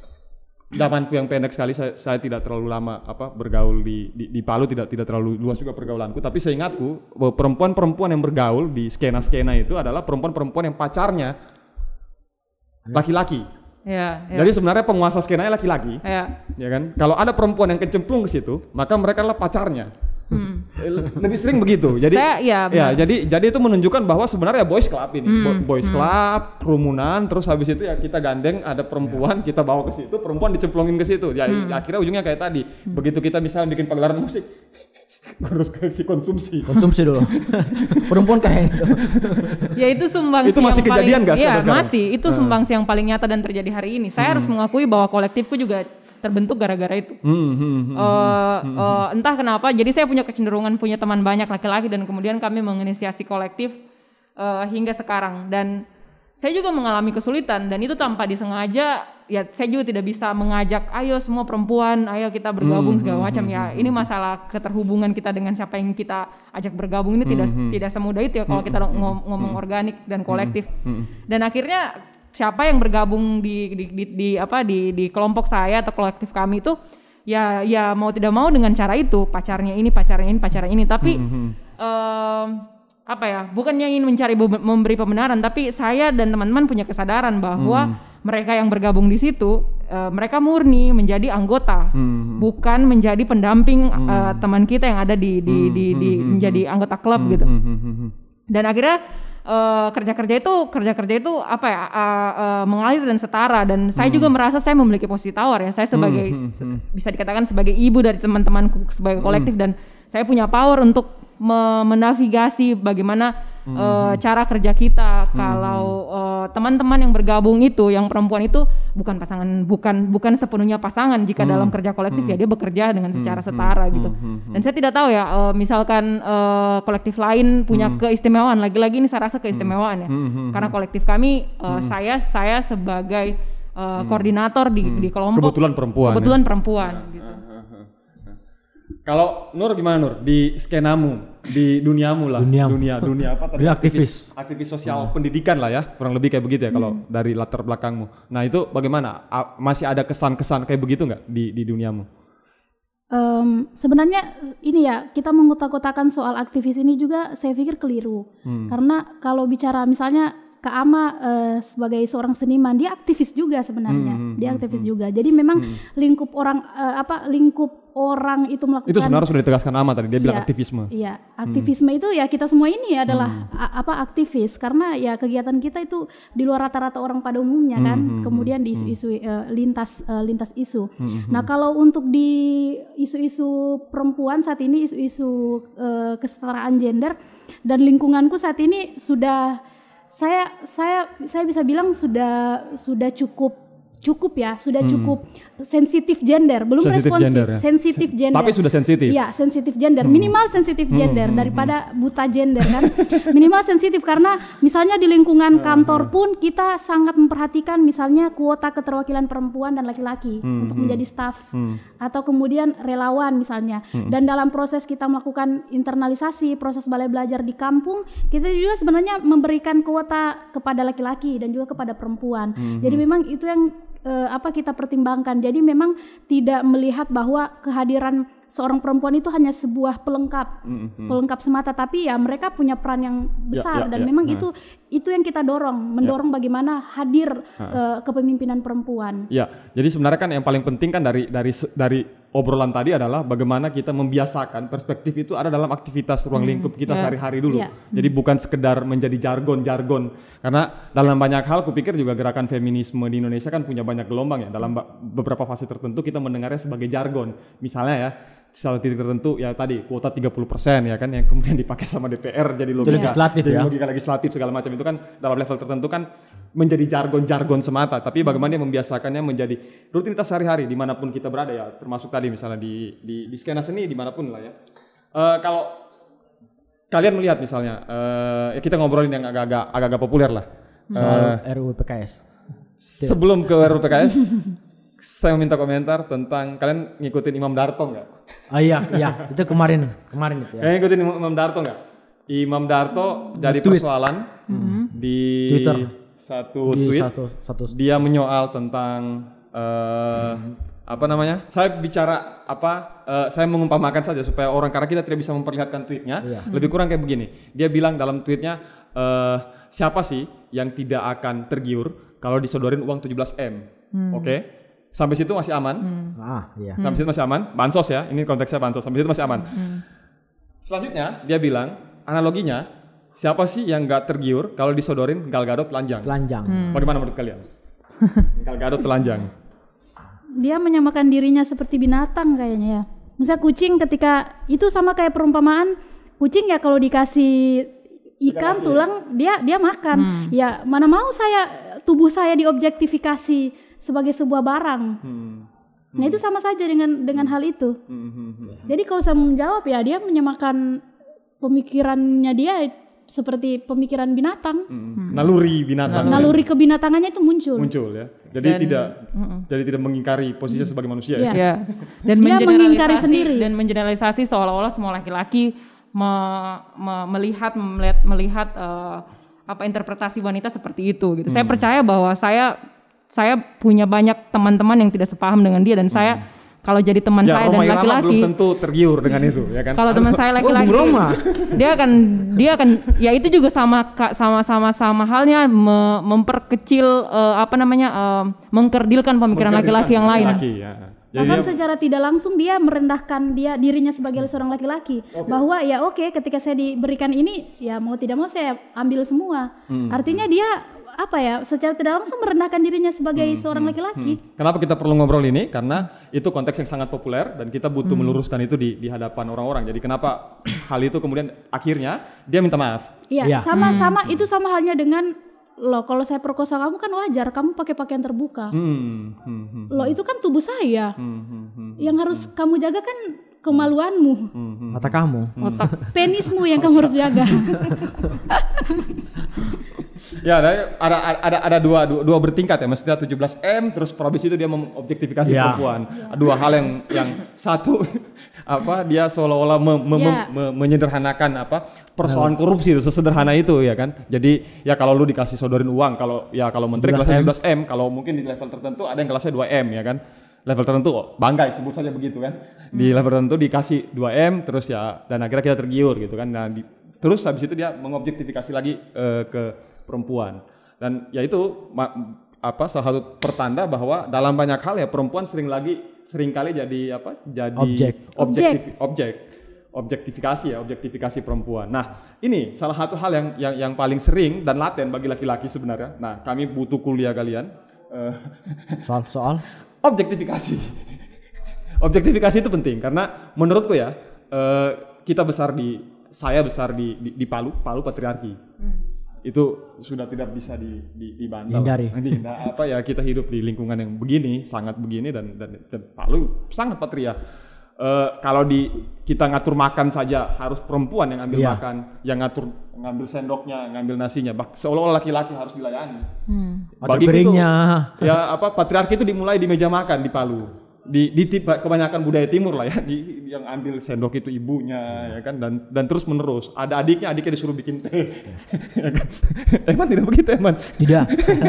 zamanku yang pendek sekali, saya, saya tidak terlalu lama apa bergaul di, di di Palu, tidak tidak terlalu luas juga pergaulanku, tapi seingatku bahwa perempuan-perempuan yang bergaul di skena-skena itu adalah perempuan-perempuan yang pacarnya laki-laki. Ya, ya. Jadi sebenarnya penguasa skenanya laki-laki, Ya. ya kan? Kalau ada perempuan yang kecemplung ke situ, maka mereka adalah pacarnya. Hmm. Lebih sering begitu. Jadi, Saya, ya, ya, benar. jadi, jadi itu menunjukkan bahwa sebenarnya boys club ini, Hmm. Bo- boys club, kerumunan, terus habis itu ya kita gandeng, ada perempuan, kita bawa ke situ, perempuan dicemplungin ke situ. Ya, Hmm. akhirnya ujungnya kayak tadi. Begitu kita misalnya bikin pagelaran musik, harus ke si konsumsi. Konsumsi dulu. Perempuan kayak gitu. Ya itu sumbangsi Itu masih yang kejadian paling, nggak Iya sekarang? masih. Itu sumbangsi yang paling nyata dan terjadi hari ini. Saya harus mengakui bahwa kolektifku juga terbentuk gara-gara itu. Hmm, hmm, hmm. Eh, eh, entah kenapa. Jadi saya punya kecenderungan punya teman banyak laki-laki dan kemudian kami menginisiasi kolektif eh, hingga sekarang. Dan saya juga mengalami kesulitan dan itu tanpa disengaja. Ya saya juga tidak bisa mengajak, ayo semua perempuan, ayo kita bergabung segala macam. Ya ini masalah keterhubungan kita dengan siapa yang kita ajak bergabung ini tidak tidak semudah itu ya kalau kita ngom- ngomong organik dan kolektif. Dan akhirnya siapa yang bergabung di di, di, di apa di di kelompok saya atau kolektif kami itu ya ya mau tidak mau dengan cara itu, pacarnya ini pacarnya ini pacarnya ini tapi em, apa ya, bukannya ingin mencari be- memberi pembenaran, tapi saya dan teman-teman punya kesadaran bahwa mereka yang bergabung di situ eh, mereka murni menjadi anggota, bukan menjadi pendamping eh, teman kita yang ada di di di, di menjadi anggota klub gitu. Dan akhirnya eh, kerja-kerja itu kerja-kerja itu apa ya eh, eh, mengalir dan setara dan saya juga merasa saya memiliki posisi tawar ya. Saya sebagai se- bisa dikatakan sebagai ibu dari teman-temanku sebagai kolektif dan saya punya power untuk me- menavigasi bagaimana eh, cara kerja kita kalau eh, teman-teman yang bergabung itu yang perempuan itu bukan pasangan bukan bukan sepenuhnya pasangan jika dalam kerja kolektif ya dia bekerja dengan secara setara gitu. Dan saya tidak tahu ya eh, misalkan eh, kolektif lain punya keistimewaan, lagi-lagi ini saya rasa keistimewaan ya. Karena kolektif kami eh, saya saya sebagai eh, koordinator di di kelompok Kebetulan perempuan, kebetulan perempuan gitu. Kalau Nur gimana Nur? Di skenamu, di duniamu lah, Duniamu. dunia dunia apa tadi? Dia aktivis. aktivis sosial pendidikan lah ya, kurang lebih kayak begitu ya kalau dari latar belakangmu. Nah itu bagaimana? A- masih ada kesan-kesan kayak begitu nggak di di duniamu? Em, sebenarnya ini ya kita mengotak-kotakan soal aktivis ini juga saya pikir keliru. Karena kalau bicara misalnya Kak Ama eh, sebagai seorang seniman dia aktivis juga sebenarnya. Dia aktivis juga. Jadi memang lingkup orang eh, apa lingkup orang itu melakukan Itu sebenarnya sudah ditegaskan Ama tadi, dia bilang Iya, aktivisme. Iya, aktivisme itu ya kita semua ini adalah a- apa aktivis karena ya kegiatan kita itu di luar rata-rata orang pada umumnya kan. Kemudian di isu-isu eh, lintas eh, lintas isu. Nah, kalau untuk di isu-isu perempuan saat ini isu-isu eh, kesetaraan gender dan lingkunganku saat ini sudah saya saya saya bisa bilang sudah sudah cukup cukup ya, sudah cukup sensitif gender, belum Sensitif responsif, gender ya. sensitif gender. Tapi sudah sensitif. Iya, sensitif gender. Minimal sensitif gender daripada buta gender kan. Minimal sensitif karena misalnya di lingkungan kantor pun kita sangat memperhatikan misalnya kuota keterwakilan perempuan dan laki-laki untuk menjadi staf atau kemudian relawan misalnya. Dan dalam proses kita melakukan internalisasi, proses balai belajar di kampung, kita juga sebenarnya memberikan kuota kepada laki-laki dan juga kepada perempuan. Jadi memang itu yang eh, apa kita pertimbangkan. Jadi memang tidak melihat bahwa kehadiran seorang perempuan itu hanya sebuah pelengkap, Mm-hmm. pelengkap semata, tapi ya mereka punya peran yang besar ya, dan ya. memang Nah. itu itu yang kita dorong, mendorong bagaimana hadir eh, kepemimpinan perempuan. Ya, jadi sebenarnya kan yang paling penting kan dari dari dari obrolan tadi adalah bagaimana kita membiasakan perspektif itu ada dalam aktivitas ruang lingkup kita ya. sehari-hari dulu. Ya. Jadi bukan sekedar menjadi jargon-jargon. Karena dalam banyak hal kupikir juga gerakan feminisme di Indonesia kan punya banyak gelombang ya. Dalam ba- beberapa fase tertentu kita mendengarnya sebagai jargon. Misalnya ya, salah titik tertentu ya tadi kuota tiga puluh persen ya kan yang kemudian dipakai sama D P R jadi logika legislatif jadi ya. logika legislatif segala macam itu kan dalam level tertentu kan menjadi jargon-jargon semata, tapi bagaimana dia membiasakannya menjadi rutinitas sehari-hari dimanapun kita berada ya, termasuk tadi misalnya di di, di skena seni dimanapun lah ya. Eh, kalau kalian melihat misalnya eh, ya kita ngobrolin yang agak-agak agak-agak populer lah. Soal R U U P K S. Sebelum ke R U U P K S, saya minta komentar tentang kalian ngikutin Imam Darto nggak? Ah iya, iya, itu kemarin, kemarin itu ya. Kalian ngikutin Imam Imam Darto nggak? Imam Darto jadi Tweet. persoalan di Twitter. satu Di tweet. satu satu Dia menyoal tentang eh, apa namanya? Saya bicara apa? eh, saya mengumpamakan saja supaya orang karena kita tidak bisa memperlihatkan tweetnya. Iya. Lebih kurang kayak begini. Dia bilang dalam tweetnya eh, siapa sih yang tidak akan tergiur kalau disodorin uang tujuh belas M. Hmm. Oke. Okay? Sampai situ masih aman. Hmm. Ah, iya. Sampai situ masih aman. Bansos ya, ini konteksnya bansos. Sampai situ masih aman. Hmm. Selanjutnya dia bilang, analoginya siapa sih yang nggak tergiur kalau disodorin Gal Gadot telanjang? Telanjang. Hmm. Bagaimana menurut kalian? Gal Gadot telanjang. Dia menyamakan dirinya seperti binatang kayaknya ya. Misalnya kucing ketika itu sama kayak perumpamaan kucing ya kalau dikasih ikan Dikasih. tulang dia dia makan. Hmm. Ya mana mau saya tubuh saya diobjektifikasi sebagai sebuah barang. Hmm. Nah itu sama saja dengan dengan hal itu. Hmm, hmm, hmm. Jadi kalau saya menjawab ya dia menyamakan pemikirannya dia seperti pemikiran binatang. Hmm. Naluri binatang. Naluri kebinatangannya itu muncul. muncul ya. Jadi Dan- tidak Mm-mm. jadi tidak mengingkari posisinya sebagai manusia Iya. ya. Ya. Dan Dia mengingkari mengeneralisasi sendiri. dan mengeneralisasi seolah-olah semua laki-laki me- me- melihat melihat melihat eh, apa interpretasi wanita seperti itu gitu. Saya percaya bahwa saya saya punya banyak teman-teman yang tidak sepaham dengan dia dan saya kalau jadi teman Ya, saya Roma dan Irama laki-laki belum tentu tergiur dengan itu ya kan. kalau teman saya laki-laki Bung Roma. dia akan dia akan ya itu juga sama ka- sama sama sama halnya me- memperkecil eh, apa namanya eh, mengkerdilkan pemikiran laki-laki yang lain. Laki-laki, ya. Jadi Bahkan dia- secara tidak langsung dia merendahkan dia dirinya sebagai seorang laki-laki. Bahwa ya oke ketika saya diberikan ini ya mau tidak mau saya ambil semua. Artinya dia apa ya secara tidak langsung merendahkan dirinya sebagai seorang laki-laki. Kenapa kita perlu ngobrol ini? Karena itu konteks yang sangat populer dan kita butuh meluruskan itu di, di hadapan orang-orang. Jadi kenapa hal itu kemudian akhirnya dia minta maaf. Iya, Iya. sama-sama itu sama halnya dengan loh kalau saya perkosa kamu kan wajar kamu pakai pakaian terbuka. Hmm, hmm, hmm, Loh itu kan tubuh saya. hmm, hmm, hmm, Yang harus kamu jaga kan kemaluanmu. hmm, hmm. Mata kamu. Otak Penismu yang kamu harus jaga. Ya ada ada ada ada dua dua, dua bertingkat ya, maksudnya tujuh belas M terus habis itu dia mengobjektifikasi Ya. perempuan. Dua hal yang yang satu apa dia seolah-olah me- me- Ya. me- menyederhanakan apa persoalan korupsi itu sesederhana itu ya kan. Jadi ya kalau lu dikasih sodorin uang kalau ya kalau menteri kelasnya tujuh belas M, kalau mungkin di level tertentu ada yang kelasnya dua M ya kan. Level tertentu oh, banggai sebut saja begitu kan. Di level tertentu dikasih dua M terus ya dan akhirnya kita tergiur gitu kan. Nah, di, terus habis itu dia mengobjektifikasi lagi eh, ke perempuan dan ya itu ma- apa salah satu pertanda bahwa dalam banyak hal ya perempuan sering lagi sering kali jadi apa jadi Objek. objektif objek objektifikasi ya objektifikasi perempuan. Nah ini salah satu hal yang yang yang paling sering dan laten bagi laki-laki sebenarnya. Nah kami butuh kuliah kalian eh, Soal-soal. objektifikasi. Objektifikasi itu penting karena menurutku ya eh, kita besar di saya besar di di, di Palu Palu patriarki. Itu sudah tidak bisa di, di, dibantah. Hindari. Nah, apa ya kita hidup di lingkungan yang begini, sangat begini dan dan, dan Palu sangat patria. Uh, kalau di kita ngatur makan saja harus perempuan yang ambil Iya. makan, yang ngatur ngambil sendoknya, ngambil nasinya. Bah, seolah-olah laki-laki harus dilayani. Atau Bagiku itu, piringnya. ya apa patriarki itu dimulai di meja makan di Palu. Di, di tiba, kebanyakan budaya timur lah ya, di, yang ambil sendok itu ibunya ya kan dan dan terus menerus. Ada adiknya, adiknya disuruh bikin teh. Ya kan? Eman tidak begitu Eman. Tidak.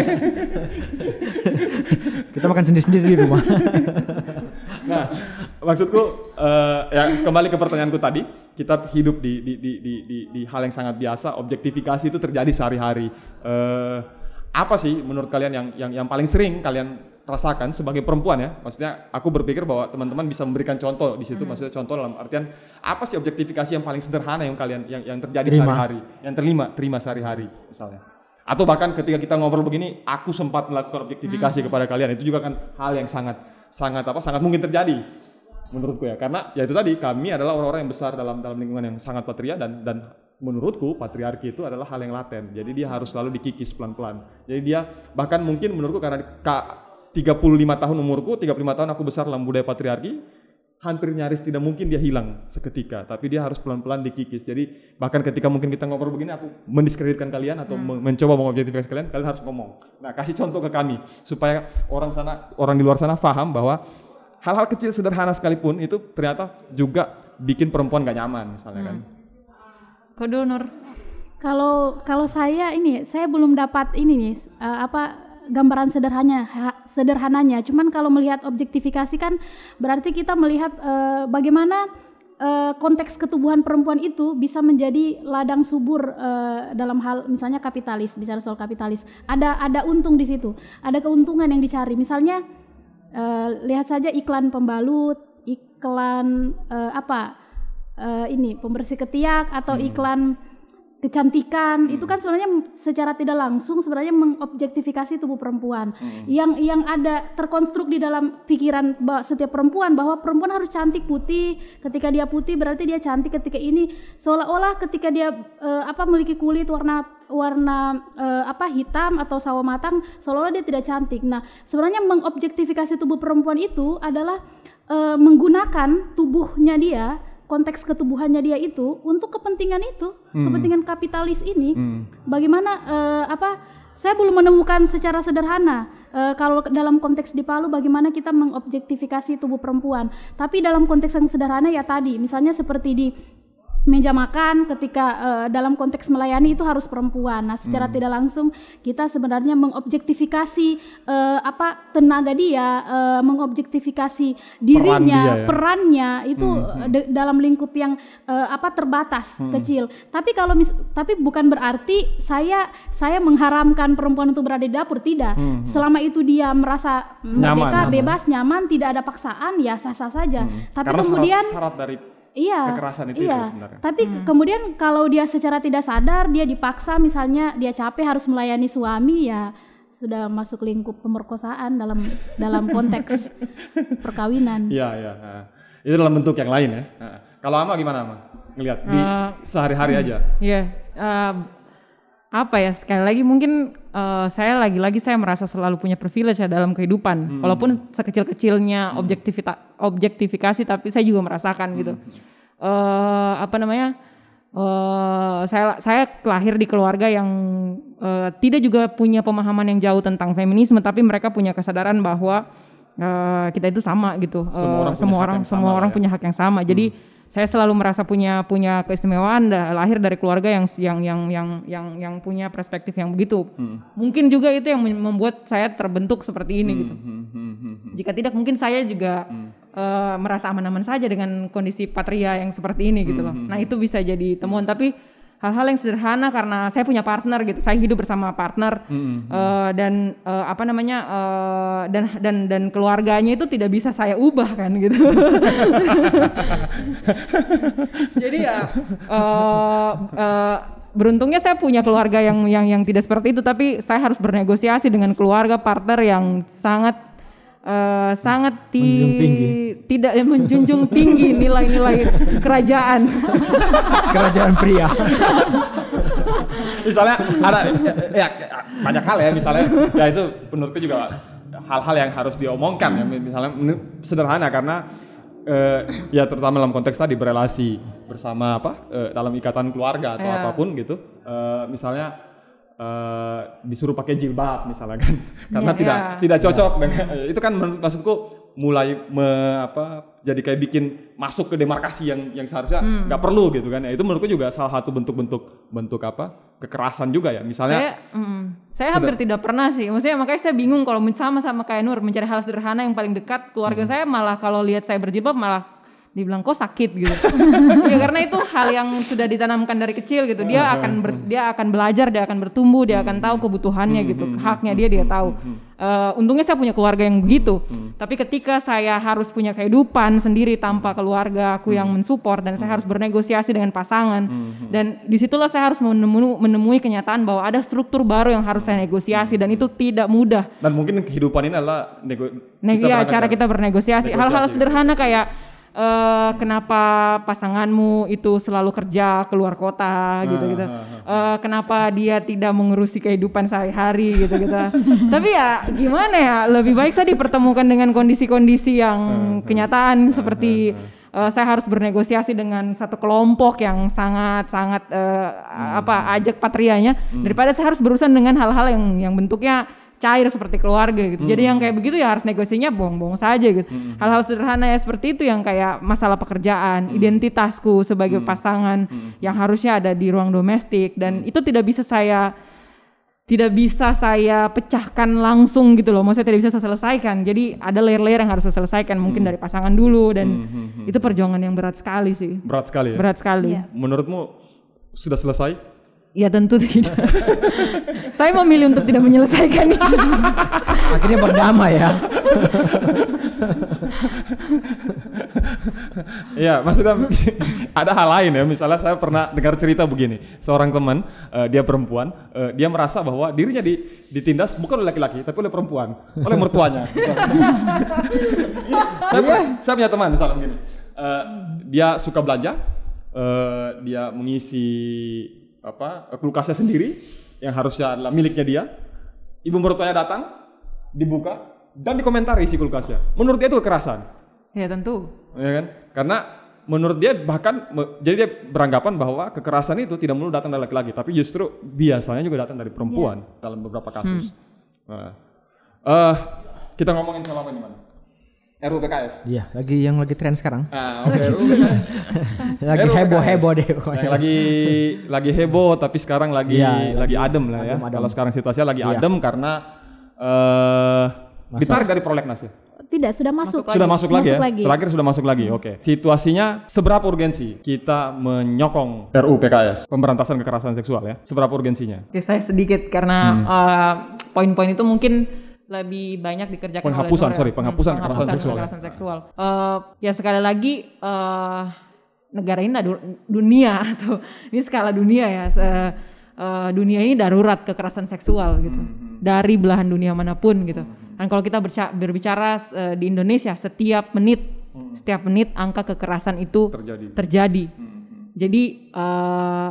Kita makan sendiri-sendiri di rumah. Nah, maksudku eh, ya kembali ke pertanyaanku tadi, kita hidup di di di di di, di hal yang sangat biasa, objektifikasi itu terjadi sehari-hari. Eh, apa sih menurut kalian yang yang yang paling sering kalian rasakan sebagai perempuan ya? Maksudnya aku berpikir bahwa teman-teman bisa memberikan contoh di situ, maksudnya contoh dalam artian apa sih objektifikasi yang paling sederhana yang kalian yang yang terjadi Terima. sehari-hari, yang terima terima sehari-hari misalnya. Atau bahkan ketika kita ngobrol begini, aku sempat melakukan objektifikasi kepada kalian, itu juga kan hal yang sangat sangat apa sangat mungkin terjadi menurutku ya, karena ya itu tadi kami adalah orang-orang yang besar dalam dalam lingkungan yang sangat patria dan dan menurutku patriarki itu adalah hal yang laten, jadi dia harus selalu dikikis pelan-pelan. Jadi dia bahkan mungkin menurutku karena ka, tiga puluh lima tahun umurku, tiga puluh lima tahun aku besar dalam budaya patriarki, hampir nyaris tidak mungkin dia hilang seketika, tapi dia harus pelan-pelan dikikis. Jadi bahkan ketika mungkin kita ngobrol begini aku mendiskreditkan kalian atau hmm. mencoba mengobjektifikasi kalian, kalian harus ngomong. Nah, kasih contoh ke kami supaya orang sana, orang di luar sana paham bahwa hal-hal kecil sederhana sekalipun itu ternyata juga bikin perempuan gak nyaman misalnya hmm. kan. Kode Nur. Kalau kalau saya ini saya belum dapat ini nih uh, apa gambaran sederhananya ha, sederhananya. Cuman kalau melihat objektifikasi kan berarti kita melihat uh, bagaimana uh, konteks ketubuhan perempuan itu bisa menjadi ladang subur uh, dalam hal misalnya kapitalis, bicara soal kapitalis. Ada ada untung di situ, ada keuntungan yang dicari. Misalnya uh, lihat saja iklan pembalut, iklan uh, apa uh, ini pembersih ketiak atau hmm. iklan kecantikan, hmm. itu kan sebenarnya secara tidak langsung sebenarnya mengobjektifikasi tubuh perempuan. Hmm. Yang yang ada terkonstruk di dalam pikiran setiap perempuan bahwa perempuan harus cantik putih. Ketika dia putih berarti dia cantik. Ketika ini seolah-olah ketika dia uh, apa memiliki kulit warna warna uh, apa hitam atau sawo matang, seolah-olah dia tidak cantik. Nah, sebenarnya mengobjektifikasi tubuh perempuan itu adalah uh, menggunakan tubuhnya dia, konteks ketubuhannya dia itu untuk kepentingan itu, hmm. kepentingan kapitalis ini. Hmm. Bagaimana uh, apa? Saya belum menemukan secara sederhana uh, kalau dalam konteks di Palu bagaimana kita mengobjektifikasi tubuh perempuan. Tapi dalam konteks yang sederhana ya tadi, misalnya seperti di meja makan ketika uh, dalam konteks melayani itu harus perempuan. Nah, secara hmm. tidak langsung kita sebenarnya mengobjektifikasi uh, apa tenaga dia, uh, mengobjektifikasi dirinya, Peran dia, ya? perannya itu hmm. de- dalam lingkup yang uh, apa terbatas, hmm. kecil. Tapi kalau mis- tapi bukan berarti saya saya mengharamkan perempuan untuk berada di dapur, tidak. Hmm. Selama itu dia merasa merdeka, nyaman, bebas, nyaman, tidak ada paksaan, ya sah-sah saja. Hmm. Tapi Karena kemudian syarat, syarat dari Iya, kekerasan itu, iya. itu sebenarnya. Tapi hmm. kemudian kalau dia secara tidak sadar, dia dipaksa misalnya dia capek harus melayani suami, ya sudah masuk lingkup pemerkosaan dalam dalam konteks perkawinan. Iya, iya. Nah, itu dalam bentuk yang lain ya. Nah, kalau Ama gimana Ama? Ngelihat di uh, sehari-hari aja. Iya. Uh, apa ya? Sekali lagi mungkin uh, saya lagi-lagi saya merasa selalu punya privilege ya dalam kehidupan. Hmm. Walaupun sekecil-kecilnya hmm. objektivita, objektifikasi, tapi saya juga merasakan hmm. gitu. Uh, apa namanya? Uh, saya saya lahir di keluarga yang uh, tidak juga punya pemahaman yang jauh tentang feminisme, tapi mereka punya kesadaran bahwa uh, kita itu sama gitu. Uh, semua orang semua orang, semua orang ya. punya hak yang sama. Jadi hmm. saya selalu merasa punya punya keistimewaan dah, lahir dari keluarga yang yang yang yang yang yang punya perspektif yang begitu. Hmm. Mungkin juga itu yang membuat saya terbentuk seperti ini hmm. gitu. Hmm. Hmm. Hmm. Jika tidak mungkin saya juga hmm. uh, merasa aman-aman saja dengan kondisi patria yang seperti ini gitu loh. Hmm. Nah, itu bisa jadi temuan, tapi hal-hal yang sederhana karena saya punya partner gitu, saya hidup bersama partner mm-hmm. uh, dan uh, apa namanya uh, dan dan dan keluarganya itu tidak bisa saya ubah kan gitu. Jadi ya uh, uh, beruntungnya saya punya keluarga yang yang yang tidak seperti itu, tapi saya harus bernegosiasi dengan keluarga partner yang sangat Uh, sangat ti- tinggi. tidak ya, menjunjung tinggi nilai-nilai kerajaan kerajaan pria. Misalnya ada ya, ya banyak hal ya, misalnya ya itu menurutku juga hal-hal yang harus diomongkan ya, misalnya sederhana karena uh, ya terutama dalam konteks tadi berelasi bersama apa uh, dalam ikatan keluarga atau yeah. apapun gitu, uh, misalnya Uh, disuruh pakai jilbab misalnya kan karena yeah, tidak yeah. tidak cocok yeah. dengan itu kan maksudku mulai me, apa jadi kayak bikin masuk ke demarkasi yang yang seharusnya nggak hmm. perlu gitu kan ya, itu menurutku juga salah satu bentuk-bentuk bentuk apa kekerasan juga ya misalnya saya, mm, saya hampir seder- tidak pernah sih, maksudnya makanya saya bingung kalau sama-sama kayak Nur mencari hal sederhana yang paling dekat keluarga hmm. saya malah kalau lihat saya berjilbab malah dibilang kok sakit gitu. Ya karena itu hal yang sudah ditanamkan dari kecil gitu. Dia akan ber, dia akan belajar, dia akan bertumbuh, dia akan tahu kebutuhannya gitu, haknya dia dia tahu. Uh, untungnya saya punya keluarga yang begitu. Tapi ketika saya harus punya kehidupan sendiri tanpa keluarga aku yang mensupport dan saya harus bernegosiasi dengan pasangan dan disitulah saya harus menemui, menemui kenyataan bahwa ada struktur baru yang harus saya negosiasi dan itu tidak mudah. Dan mungkin kehidupan ini adalah nego- Neg- kita ya, cara kita bernegosiasi. Negosiasi, hal-hal sederhana kayak Uh, kenapa pasanganmu itu selalu kerja keluar kota gitu-gitu, uh, kenapa dia tidak mengurusi kehidupan sehari-hari gitu-gitu. Tapi ya gimana ya, lebih baik saya dipertemukan dengan kondisi-kondisi yang kenyataan seperti uh, saya harus bernegosiasi dengan satu kelompok yang sangat-sangat uh, apa ajak patrianya daripada saya harus berurusan dengan hal-hal yang yang bentuknya cair seperti keluarga gitu. Hmm. Jadi yang kayak begitu ya harus negosiasinya bohong-bohong saja gitu. Hmm. Hal-hal sederhana ya seperti itu yang kayak masalah pekerjaan, hmm. identitasku sebagai hmm. pasangan hmm. yang harusnya ada di ruang domestik dan hmm. itu tidak bisa saya tidak bisa saya pecahkan langsung gitu loh, maksudnya tidak bisa saya selesaikan. Jadi ada layer-layer yang harus saya selesaikan, mungkin hmm. dari pasangan dulu, dan hmm, hmm, hmm. itu perjuangan yang berat sekali sih. Berat sekali ya? Berat sekali. Ya. Menurutmu sudah selesai? Ya tentu tidak. Saya memilih untuk tidak menyelesaikan itu. Akhirnya berdamai ya. Ya, maksudnya ada hal lain ya. Misalnya saya pernah dengar cerita begini, seorang teman, uh, dia perempuan, uh, dia merasa bahwa dirinya di, ditindas bukan oleh laki-laki, tapi oleh perempuan, oleh mertuanya. saya, punya, saya punya teman misalnya begini, uh, dia suka belanja, uh, dia mengisi apa kulkasnya sendiri, yang harusnya adalah miliknya dia. Ibu mertuanya datang, dibuka dan dikomentari isi kulkasnya. Menurut dia itu kekerasan. Ya tentu. Ya kan? Karena menurut dia bahkan me, jadi dia beranggapan bahwa kekerasan itu tidak melulu datang dari laki-laki, tapi justru biasanya juga datang dari perempuan yeah. dalam beberapa kasus. Hmm. Nah, uh, kita ngomongin soal apa nih, Man? R U U P K S. Iya, lagi yang lagi tren sekarang. Ah, oke, okay, R U U P K S. lagi heboh-heboh deh. Yang lagi lagi heboh tapi sekarang lagi ya, lagi, lagi adem lah ya. Adem, adem. Kalau sekarang situasinya lagi ya. adem karena uh, ditarik dari prolegnas ya. Tidak, sudah masuk. masuk sudah masuk lagi masuk ya. Lagi. Terakhir sudah masuk lagi. Hmm. Oke. Okay. Situasinya seberapa urgensi kita menyokong R U U P K S, pemberantasan kekerasan seksual ya? Seberapa urgensinya? Oke, saya sedikit karena hmm. uh, poin-poin itu mungkin lebih banyak dikerjakan penghapusan, oleh sorry, penghapusan, hmm, penghapusan kekerasan seksual. Kekerasan seksual. Uh, ya sekali lagi uh, negara ini dunia atau ini skala dunia ya. Uh, uh, dunia ini darurat kekerasan seksual gitu. Hmm. Dari belahan dunia manapun gitu. Hmm. Dan kalau kita berca- berbicara uh, di Indonesia, setiap menit, hmm. setiap menit angka kekerasan itu terjadi. terjadi. Hmm. Jadi uh,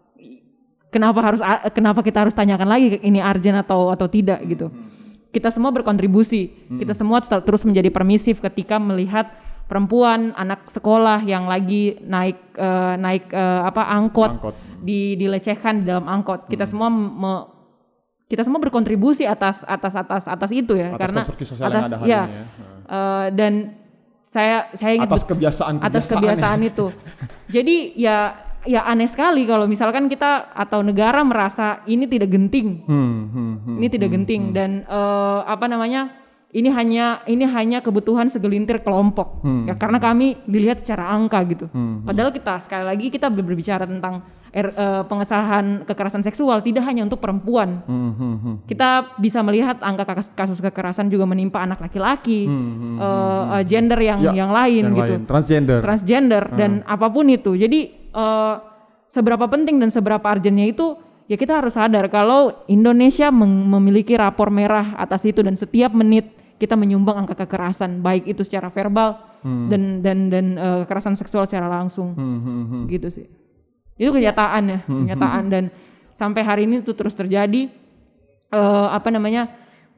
kenapa harus uh, kenapa kita harus tanyakan lagi ini urgent atau atau tidak gitu? Hmm. Kita semua berkontribusi, hmm. kita semua t- terus menjadi permisif ketika melihat perempuan, anak sekolah yang lagi naik uh, naik uh, apa angkot, angkot. Di, dilecehkan di dalam angkot. Hmm. Kita semua me- kita semua berkontribusi atas atas atas atas itu ya, atas karena atas ada ya, ya. Uh, dan saya saya ingin atas kebiasaan atas kebiasaan ya. itu. Jadi ya ya aneh sekali kalau misalkan kita atau negara merasa ini tidak genting, hmm, hmm, hmm, ini tidak hmm, genting hmm. dan uh, apa namanya ini hanya ini hanya kebutuhan segelintir kelompok hmm. ya, karena kami dilihat secara angka gitu. Hmm. Padahal kita sekali lagi kita berbicara tentang Er, uh, pengesahan kekerasan seksual tidak hanya untuk perempuan. Hmm, hmm, hmm. Kita bisa melihat angka kasus, kasus kekerasan juga menimpa anak laki-laki, hmm, hmm, uh, uh, gender yang ya, yang lain yang gitu, lain. transgender, transgender hmm. dan apapun itu. Jadi uh, seberapa penting dan seberapa urgentnya itu, ya kita harus sadar kalau Indonesia mem- memiliki rapor merah atas itu, dan setiap menit kita menyumbang angka kekerasan, baik itu secara verbal hmm. dan dan dan uh, kekerasan seksual secara langsung, hmm, hmm, hmm. gitu sih. Itu kenyataan ya, kenyataan, dan sampai hari ini itu terus terjadi. Uh, apa namanya?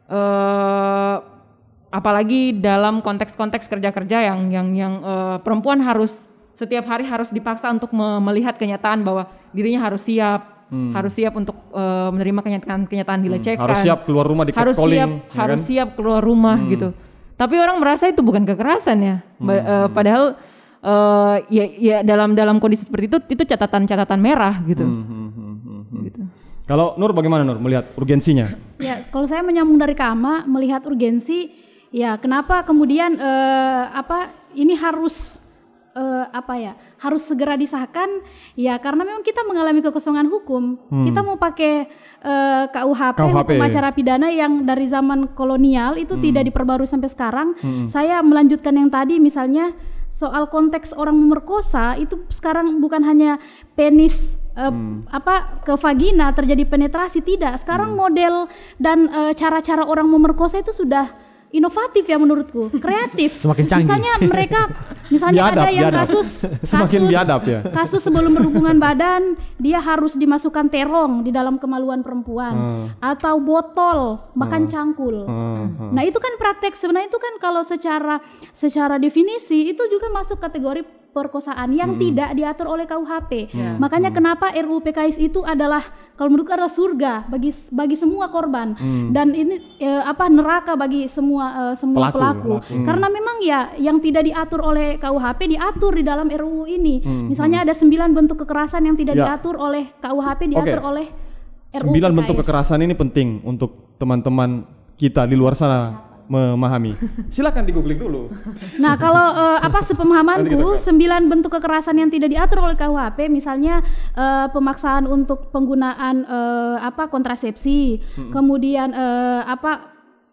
Uh, apalagi dalam konteks-konteks kerja-kerja yang yang yang uh, perempuan harus setiap hari harus dipaksa untuk me- melihat kenyataan bahwa dirinya harus siap, hmm. harus siap untuk uh, menerima kenyataan-kenyataan dilecehkan. Hmm. Harus siap keluar rumah di harus calling, siap, ya harus kan? siap keluar rumah hmm. gitu. Tapi orang merasa itu bukan kekerasan ya, hmm. ba- uh, padahal Uh, ya, ya dalam dalam kondisi seperti itu itu catatan-catatan merah gitu. Hmm, hmm, hmm, hmm. gitu. Kalau Nur bagaimana Nur melihat urgensinya? Ya kalau saya menyambung dari Kama melihat urgensi, ya kenapa kemudian uh, apa ini harus uh, apa ya harus segera disahkan ya karena memang kita mengalami kekosongan hukum. Hmm. Kita mau pakai uh, K U H P, K U H P hukum acara pidana yang dari zaman kolonial itu hmm. tidak diperbarui sampai sekarang. Hmm. Saya melanjutkan yang tadi misalnya. Soal konteks orang memerkosa itu sekarang bukan hanya penis uh, hmm. apa ke vagina terjadi penetrasi, tidak. Sekarang hmm. model dan uh, cara-cara orang memerkosa itu sudah inovatif ya menurutku, kreatif. Semakin canggih. Misalnya mereka, misalnya biadab, ada yang biadab. kasus, semakin kasus, biadab ya. Kasus sebelum berhubungan badan dia harus dimasukkan terong di dalam kemaluan perempuan, hmm. atau botol makan hmm. cangkul. Hmm. Hmm. Nah itu kan praktek sebenarnya itu kan kalau secara secara definisi itu juga masuk kategori perkosaan yang hmm. tidak diatur oleh K U H P. Hmm. Makanya hmm. kenapa R U U P K S itu adalah kalau menurutku adalah surga bagi bagi semua korban hmm. dan ini eh, apa neraka bagi semua eh, semua pelaku. pelaku. pelaku. Karena memang ya yang tidak diatur oleh K U H P diatur di dalam R U U ini. Hmm. Misalnya ada sembilan bentuk kekerasan yang tidak ya. diatur oleh K U H P diatur okay. oleh Sembilan bentuk kekerasan ini penting untuk teman-teman kita di luar sana memahami. Silakan di googling dulu. Nah, kalau uh, apa sepemahamanku, sembilan bentuk kekerasan yang tidak diatur oleh K U H P, misalnya uh, pemaksaan untuk penggunaan uh, apa kontrasepsi, hmm. kemudian uh, apa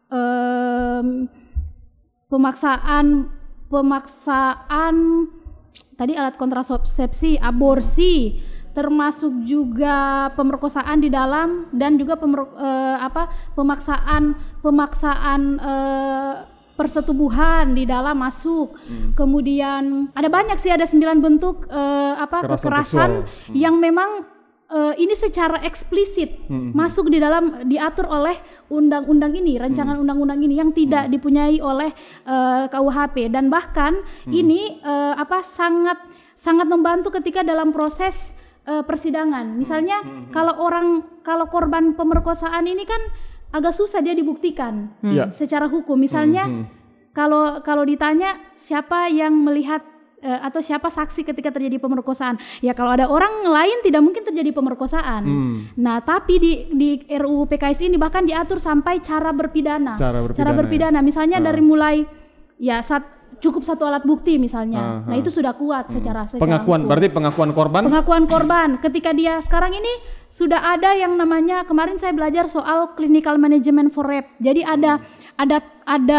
um, pemaksaan pemaksaan tadi alat kontrasepsi, aborsi, termasuk juga pemerkosaan di dalam dan juga pemer, uh, apa pemaksaan pemaksaan uh, persetubuhan di dalam masuk. Hmm. Kemudian ada banyak sih, ada sembilan bentuk uh, apa kekerasan, kekerasan hmm. yang memang uh, ini secara eksplisit hmm. masuk di dalam diatur oleh undang-undang ini, rancangan hmm. undang-undang ini yang tidak hmm. dipunyai oleh uh, K U H P, dan bahkan hmm. ini uh, apa sangat sangat membantu ketika dalam proses Uh, persidangan. Misalnya hmm, hmm, kalau orang kalau korban pemerkosaan ini kan agak susah dia dibuktikan hmm. secara hukum. Misalnya hmm, hmm. kalau kalau ditanya siapa yang melihat uh, atau siapa saksi ketika terjadi pemerkosaan, ya kalau ada orang lain tidak mungkin terjadi pemerkosaan. Hmm. Nah, tapi di di R U U P K S ini bahkan diatur sampai cara berpidana. Cara berpidana. Cara berpidana. Ya. Misalnya uh. dari mulai ya saat cukup satu alat bukti misalnya. Uh-huh. Nah, itu sudah kuat hmm. secara secara pengakuan hukum. Berarti pengakuan korban. Pengakuan korban ketika dia sekarang ini sudah ada yang namanya, kemarin saya belajar soal clinical management for rape. Jadi ada hmm. ada ada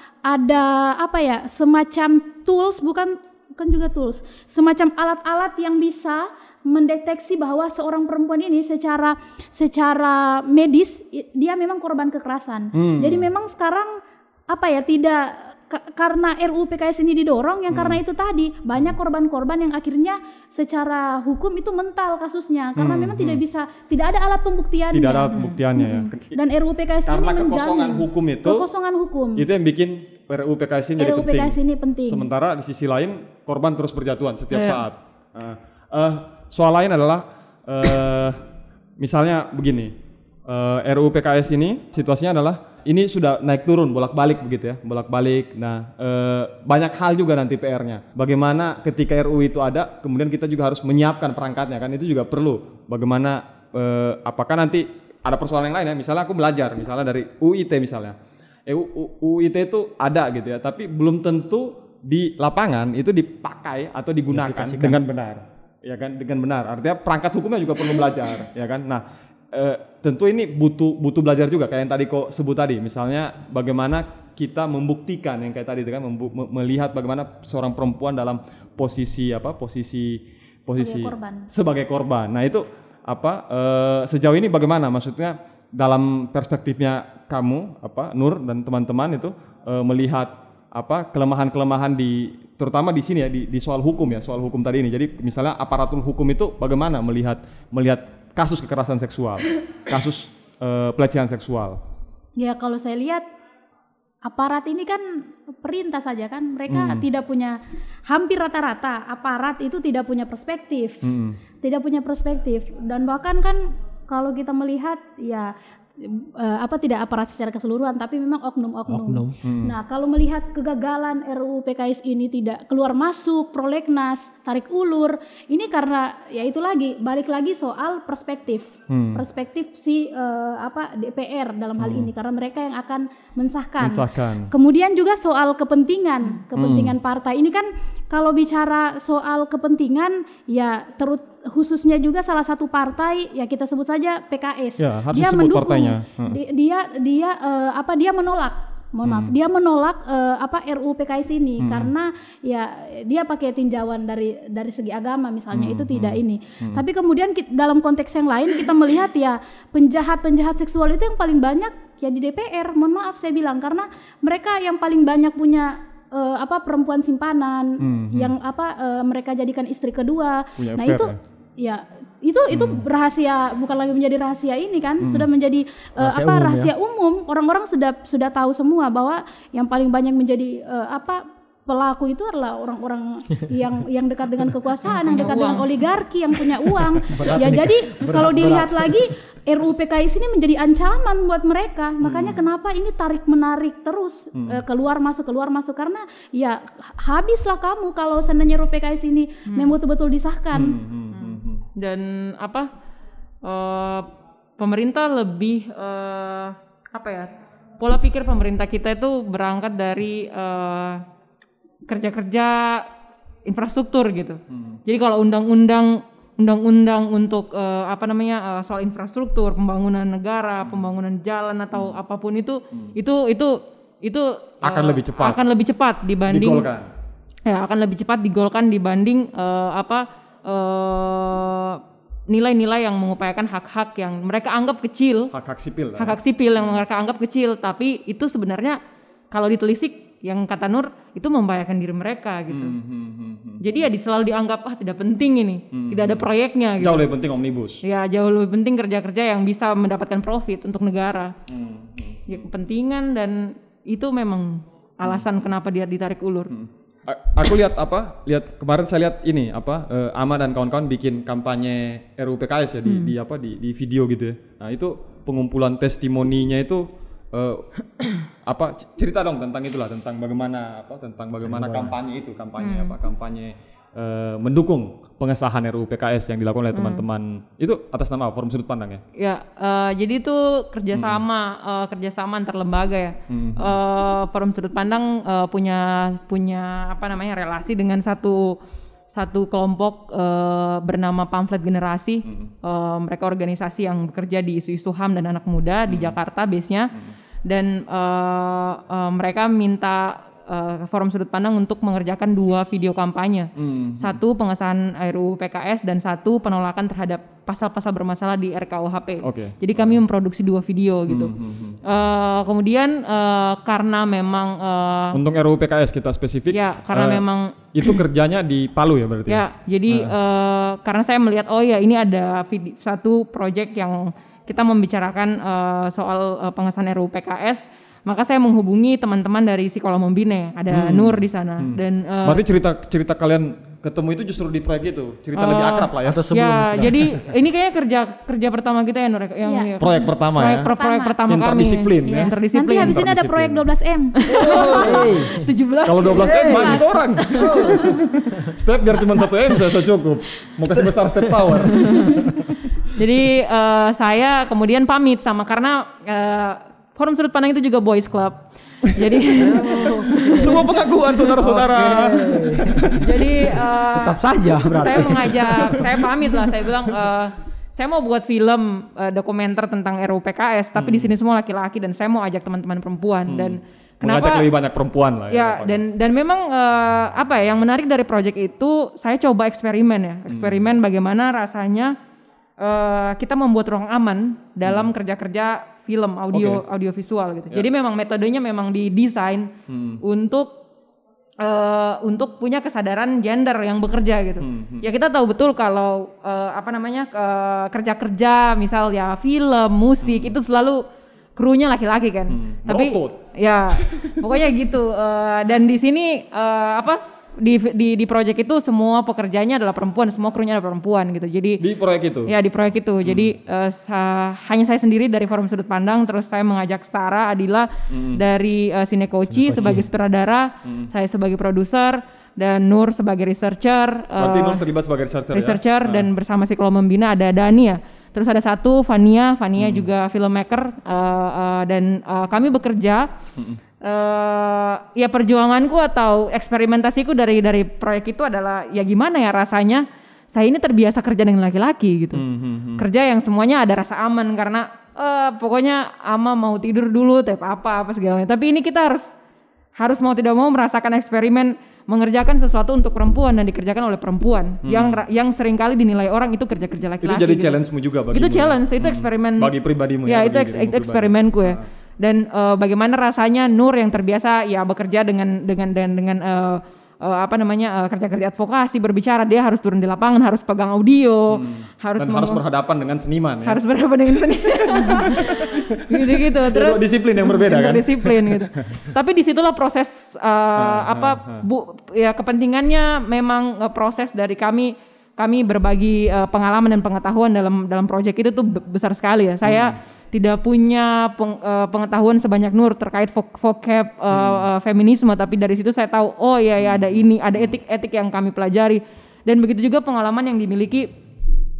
ada apa ya? Semacam tools, bukan bukan juga tools. Semacam alat-alat yang bisa mendeteksi bahwa seorang perempuan ini secara secara medis dia memang korban kekerasan. Hmm. Jadi memang sekarang apa ya, tidak karena R U U P K S ini didorong, yang hmm. karena itu tadi banyak korban-korban yang akhirnya secara hukum itu mental kasusnya karena hmm. memang hmm. tidak bisa, tidak ada alat pembuktiannya. Tidak ada alat pembuktiannya hmm. ya. Dan R U U P K S karena ini kekosongan menjamin hukum itu. Kekosongan hukum. Itu yang bikin R U U P K S ini jadi R U U P K S penting. ini penting. Sementara di sisi lain korban terus berjatuhan setiap yeah. saat. Uh, uh, soal lain adalah uh, misalnya begini, uh, R U U P K S ini situasinya adalah ini sudah naik turun bolak-balik begitu ya, bolak-balik. Nah, e, banyak hal juga nanti P R-nya. Bagaimana ketika R U U itu ada, kemudian kita juga harus menyiapkan perangkatnya, kan itu juga perlu. Bagaimana, e, apakah nanti ada persoalan yang lain ya? Misalnya aku belajar, misalnya dari U I T misalnya. E, U, U I T itu ada gitu ya, tapi belum tentu di lapangan itu dipakai atau digunakan dengan benar, ya kan? Dengan benar. Artinya perangkat hukumnya juga perlu belajar, ya kan? Nah. Uh, tentu ini butuh butuh belajar juga kayak yang tadi kok sebut tadi, misalnya bagaimana kita membuktikan yang kayak tadi itu kan, membu- melihat bagaimana seorang perempuan dalam posisi apa posisi posisi sebagai korban. Sebagai korban. Nah itu apa uh, sejauh ini bagaimana, maksudnya dalam perspektifnya kamu apa Nur dan teman-teman itu uh, melihat apa kelemahan-kelemahan di terutama di sini ya di, di soal hukum ya soal hukum tadi ini. Jadi misalnya aparatur hukum itu bagaimana melihat melihat kasus kekerasan seksual, kasus uh, pelecehan seksual. Ya kalau saya lihat aparat ini kan perintah saja kan, mereka hmm. tidak punya, hampir rata-rata aparat itu tidak punya perspektif, hmm. tidak punya perspektif, dan bahkan kan kalau kita melihat ya uh, apa tidak aparat secara keseluruhan, tapi memang oknum-oknum. Oknum. Hmm. Nah kalau melihat kegagalan R U U P K S ini tidak keluar masuk, prolegnas, tarik ulur, ini karena ya itu lagi balik lagi soal perspektif, hmm. perspektif si uh, apa D P R dalam hal hmm. ini, karena mereka yang akan mensahkan. mensahkan. Kemudian juga soal kepentingan, kepentingan hmm. partai ini kan kalau bicara soal kepentingan ya terut khususnya juga salah satu partai ya kita sebut saja P K S. Ya, dia mendukung, hmm. dia dia, dia uh, apa dia menolak. Mohon maaf, hmm. dia menolak uh, apa R U U P K S ini hmm. karena ya dia pakai tinjauan dari dari segi agama misalnya, hmm. itu tidak hmm. ini. Hmm. Tapi kemudian kita, dalam konteks yang lain kita melihat ya penjahat-penjahat seksual itu yang paling banyak ya di D P R. Mohon maaf saya bilang, karena mereka yang paling banyak punya uh, apa perempuan simpanan hmm. yang apa uh, mereka jadikan istri kedua. Punya nah itu ya. ya itu itu hmm. rahasia, bukan lagi menjadi rahasia ini kan, hmm. sudah menjadi uh, rahasia apa umum, rahasia ya? umum. Orang-orang sudah sudah tahu semua bahwa yang paling banyak menjadi uh, apa pelaku itu adalah orang-orang yang yang dekat dengan kekuasaan, yang dekat uang. dengan oligarki, yang punya uang. ya nih. Jadi berat, kalau dilihat berat. lagi R U U P K S ini menjadi ancaman buat mereka. Hmm. Makanya kenapa ini tarik menarik terus hmm. uh, keluar masuk keluar masuk, karena ya habislah kamu kalau seandainya R U U P K S ini hmm. memang betul-betul disahkan. Hmm. Hmm. Dan apa uh, pemerintah lebih uh, apa ya? Pola pikir pemerintah kita itu berangkat dari uh, kerja-kerja infrastruktur gitu. Hmm. Jadi kalau undang-undang undang-undang untuk uh, apa namanya uh, soal infrastruktur, pembangunan negara, hmm. pembangunan jalan atau hmm. apapun itu, hmm. itu itu itu akan uh, lebih cepat. Akan lebih cepat dibanding digolkan. Ya, akan lebih cepat digolkan dibanding uh, apa uh, nilai-nilai yang mengupayakan hak-hak yang mereka anggap kecil, hak-hak sipil, hak-hak sipil yang mereka anggap kecil, tapi itu sebenarnya kalau ditelisik yang kata Nur itu membahayakan diri mereka gitu. Hmm, hmm, hmm, hmm. Jadi ya selalu dianggap ah tidak penting ini, hmm, tidak ada proyeknya. Gitu. Jauh lebih penting omnibus. Ya jauh lebih penting kerja-kerja yang bisa mendapatkan profit untuk negara. Hmm, hmm. Ya kepentingan dan itu memang alasan hmm. kenapa dia ditarik ulur. Hmm. A- aku lihat apa? Lihat kemarin saya lihat ini apa? Uh, Ama dan kawan-kawan bikin kampanye R U U P K S ya di, hmm. di apa di, di video gitu ya. Nah itu pengumpulan testimoninya itu uh, apa? Cerita dong tentang itulah tentang bagaimana apa? Tentang bagaimana kampanye itu kampanye hmm. apa? Kampanye uh, mendukung pengesahan R U U P K S yang dilakukan oleh hmm. teman-teman itu atas nama Forum Sudut Pandang ya? Ya, uh, jadi itu kerjasama hmm. uh, kerjasama antar lembaga ya. Hmm. Uh, Forum Sudut Pandang uh, punya punya apa namanya relasi dengan satu satu kelompok uh, bernama Pamflet Generasi. Hmm. Uh, mereka organisasi yang bekerja di isu-isu H A M dan anak muda hmm. di Jakarta base-nya. Hmm. Dan uh, uh, mereka minta Uh, Forum Sudut Pandang untuk mengerjakan dua video kampanye, hmm. satu pengesahan R U U P K S dan satu penolakan terhadap pasal-pasal bermasalah di R K U H P. Okay. Jadi kami okay. memproduksi dua video gitu. Hmm, hmm, hmm. Uh, kemudian uh, karena memang uh, untuk R U U P K S kita spesifik, ya karena uh, memang itu kerjanya di Palu ya berarti. Ya, jadi uh. Uh, karena saya melihat oh ya ini ada video, satu proyek yang kita membicarakan uh, soal uh, pengesahan R U U P K S. Maka saya menghubungi teman-teman dari Psikolog Membine, ada hmm. Nur di sana. Hmm. Dan uh, berarti cerita cerita kalian ketemu itu justru di proyek itu, cerita uh, lebih akrab lah ya. Atau sebelum ya, sudah. Jadi ini kayaknya kerja kerja pertama kita ya Nur, yang ya. proyek pertama proyek, ya. Pro, proyek pertama kami. Interdisiplin ya. Interdisiplin. Nanti habis ini ada proyek dua belas M. tujuh belas. Kalau dua belas M banyak orang. Step biar cuma satu M saya cukup. Mau kasih besar step tower. Jadi uh, saya kemudian pamit sama karena uh, Forum Sudut Pandang itu juga boys club. Jadi semua pengakuan saudara-saudara. Okay. Jadi uh, tetap saja berarti. Saya mengajak, saya pamit lah. Saya bilang uh, saya mau buat film uh, dokumenter tentang R U U P K S, tapi hmm. di sini semua laki-laki dan saya mau ajak teman-teman perempuan hmm. dan kenapa mengajak lebih banyak perempuan lah ya. Ya dan dan memang uh, apa ya yang menarik dari proyek itu saya coba eksperimen ya, eksperimen hmm. bagaimana rasanya uh, kita membuat ruang aman dalam hmm. kerja-kerja film audio okay. audio visual gitu. Yeah. Jadi memang metodenya memang didesain hmm. untuk uh, untuk punya kesadaran gender yang bekerja gitu. Hmm. Hmm. Ya kita tahu betul kalau uh, apa namanya uh, kerja-kerja misal ya film, musik hmm. itu selalu krunya laki-laki kan. Hmm. Tapi Rotot. ya pokoknya gitu. Uh, dan di sini uh, apa di di di proyek itu semua pekerjanya adalah perempuan, semua krunya adalah perempuan gitu. Jadi di proyek itu. Ya, di proyek itu. Hmm. Jadi uh, sa- hanya saya sendiri dari Forum Sudut Pandang, terus saya mengajak Sarah Adila hmm. dari uh, Sinekoci sebagai sutradara, hmm. saya sebagai produser dan Nur sebagai researcher. Berarti uh, Nur terlibat sebagai researcher, researcher ya? Dan uh. bersama Psikolog Membina ada Dani ya. Terus ada satu Fania, Fania hmm. juga filmmaker uh, uh, dan uh, kami bekerja hmm. Uh, ya perjuanganku atau eksperimentasiku dari dari proyek itu adalah ya gimana ya rasanya saya ini terbiasa kerja dengan laki-laki gitu, hmm, hmm, hmm. kerja yang semuanya ada rasa aman karena uh, pokoknya ama mau tidur dulu, tapi apa apa segala macam. Tapi ini kita harus harus mau tidak mau merasakan eksperimen mengerjakan sesuatu untuk perempuan dan dikerjakan oleh perempuan hmm. yang yang seringkali dinilai orang itu kerja-kerja laki-laki. Itu jadi gitu. challenge-mu juga bagimu. Itu challenge, ya? Itu eksperimen. Bagi pribadimu ya. Ya itu eks- eksperimenku ya. Nah. Dan uh, bagaimana rasanya Nur yang terbiasa ya bekerja dengan dengan dan dengan uh, uh, apa namanya uh, kerja-kerja advokasi berbicara, dia harus turun di lapangan, harus pegang audio, hmm. harus dan harus berhadapan dengan seniman ya. Harus berhadapan dengan seniman. gitu-gitu. Terus disiplin yang berbeda kan. Disiplin gitu. Tapi disitulah proses uh, uh, apa uh, uh. bu ya kepentingannya memang uh, proses dari kami kami berbagi uh, pengalaman dan pengetahuan dalam dalam proyek itu tuh besar sekali ya. Saya hmm. tidak punya peng, uh, pengetahuan sebanyak Nur terkait vo- vocab uh, hmm. uh, feminisme, tapi dari situ saya tahu oh ya ya ada ini, ada etik-etik yang kami pelajari dan begitu juga pengalaman yang dimiliki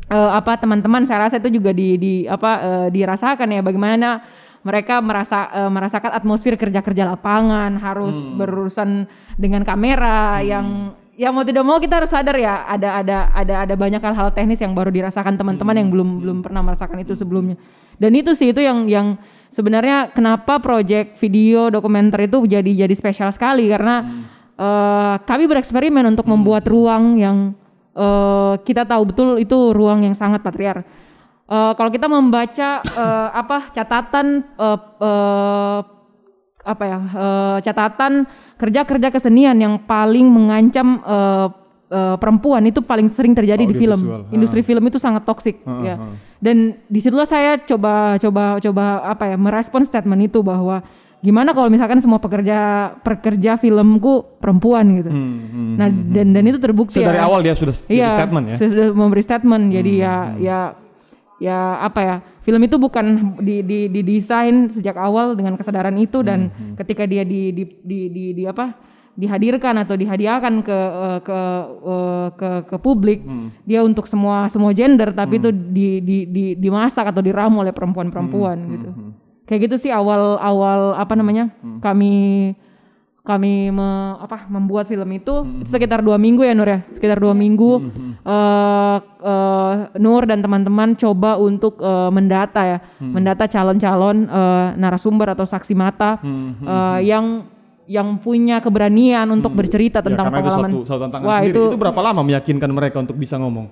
uh, apa teman-teman saya rasa itu juga di, di apa uh, dirasakan ya bagaimana mereka merasa uh, merasakan atmosfer kerja-kerja lapangan harus hmm. berurusan dengan kamera hmm. yang ya mau tidak mau kita harus sadar ya ada ada ada ada banyak hal-hal teknis yang baru dirasakan teman-teman hmm. yang belum belum pernah merasakan itu sebelumnya. Dan itu sih itu yang yang sebenarnya kenapa proyek video dokumenter itu jadi jadi spesial sekali karena hmm. uh, kami bereksperimen untuk hmm. membuat ruang yang uh, kita tahu betul itu ruang yang sangat patriar. Uh, kalau kita membaca uh, apa catatan uh, uh, apa ya uh, catatan kerja-kerja kesenian yang paling mengancam uh, uh, perempuan itu paling sering terjadi oh, di film. Visual. Industri ha. film itu sangat toksik ya. Ha. Dan disitulah saya coba coba coba apa ya merespon statement itu bahwa gimana kalau misalkan semua pekerja pekerja filmku perempuan gitu. Hmm, hmm, nah dan dan itu terbukti. So, ya. Dari awal dia sudah iya, statement ya. Sudah memberi statement. Hmm, jadi ya hmm. ya ya apa ya film itu bukan di, di, didesain sejak awal dengan kesadaran itu dan hmm, hmm. ketika dia di di, di di di apa dihadirkan atau dihadiahkan ke uh, ke uh, ke ke publik hmm. dia untuk semua semua gender tapi hmm. itu di, di di dimasak atau diramu oleh perempuan-perempuan hmm. gitu hmm. kayak gitu sih awal awal apa namanya hmm. kami kami me, apa membuat film itu, hmm. itu sekitar dua minggu ya Nur ya sekitar dua minggu hmm. uh, uh, Nur dan teman-teman coba untuk uh, mendata ya hmm. mendata calon-calon uh, narasumber atau saksi mata hmm. uh, yang yang punya keberanian untuk hmm. bercerita tentang ya, pengalaman. Itu suatu, suatu tantangan Wah, sendiri. Itu, itu berapa lama meyakinkan mereka untuk bisa ngomong?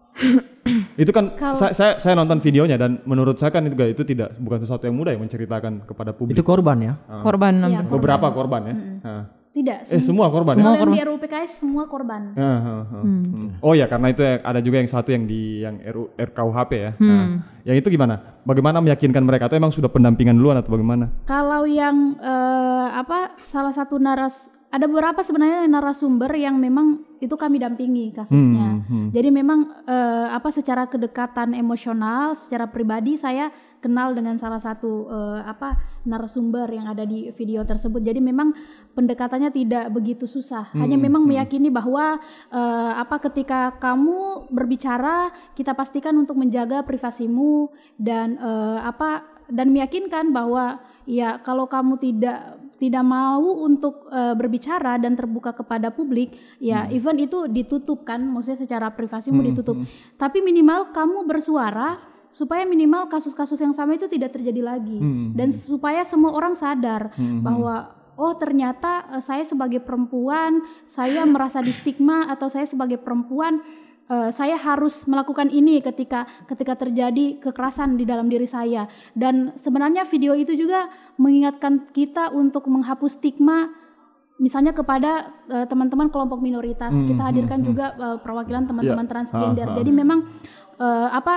Itu kan saya, saya saya nonton videonya dan menurut saya kan itu itu tidak bukan sesuatu yang mudah yang menceritakan kepada publik. Itu korban ya? Uh, korban. Ya, korban. Beberapa korban ya. Hmm. Uh. Tidak. Eh semua korban. Semua ya? korban. Di R U U P K S semua korban. Uh, uh, uh, hmm. Hmm. Oh ya karena itu ada juga yang satu yang di yang R K U H P ya. Hmm. Nah, yang itu gimana? Bagaimana meyakinkan mereka atau emang sudah pendampingan duluan atau bagaimana? Kalau yang uh, apa salah satu naras ada beberapa sebenarnya narasumber yang memang itu kami dampingi kasusnya. Hmm, hmm. Jadi memang uh, apa secara kedekatan emosional, secara pribadi saya kenal dengan salah satu uh, apa narasumber yang ada di video tersebut. Jadi memang pendekatannya tidak begitu susah. Hmm, Hanya memang hmm. meyakini bahwa uh, apa ketika kamu berbicara kita pastikan untuk menjaga privasimu dan uh, apa dan meyakinkan bahwa ya kalau kamu tidak tidak mau untuk uh, berbicara dan terbuka kepada publik, ya hmm. event itu ditutup kan, maksudnya secara privasimu hmm. ditutup. Hmm. Tapi minimal kamu bersuara supaya minimal kasus-kasus yang sama itu tidak terjadi lagi hmm. dan supaya semua orang sadar hmm. bahwa oh ternyata uh, saya sebagai perempuan saya merasa distigma atau saya sebagai perempuan Uh, saya harus melakukan ini ketika ketika terjadi kekerasan di dalam diri saya. Dan sebenarnya video itu juga mengingatkan kita untuk menghapus stigma misalnya kepada uh, teman-teman kelompok minoritas. Hmm, kita hadirkan hmm, juga uh, perwakilan teman-teman yeah. transgender. Ah, ah. Jadi memang uh, apa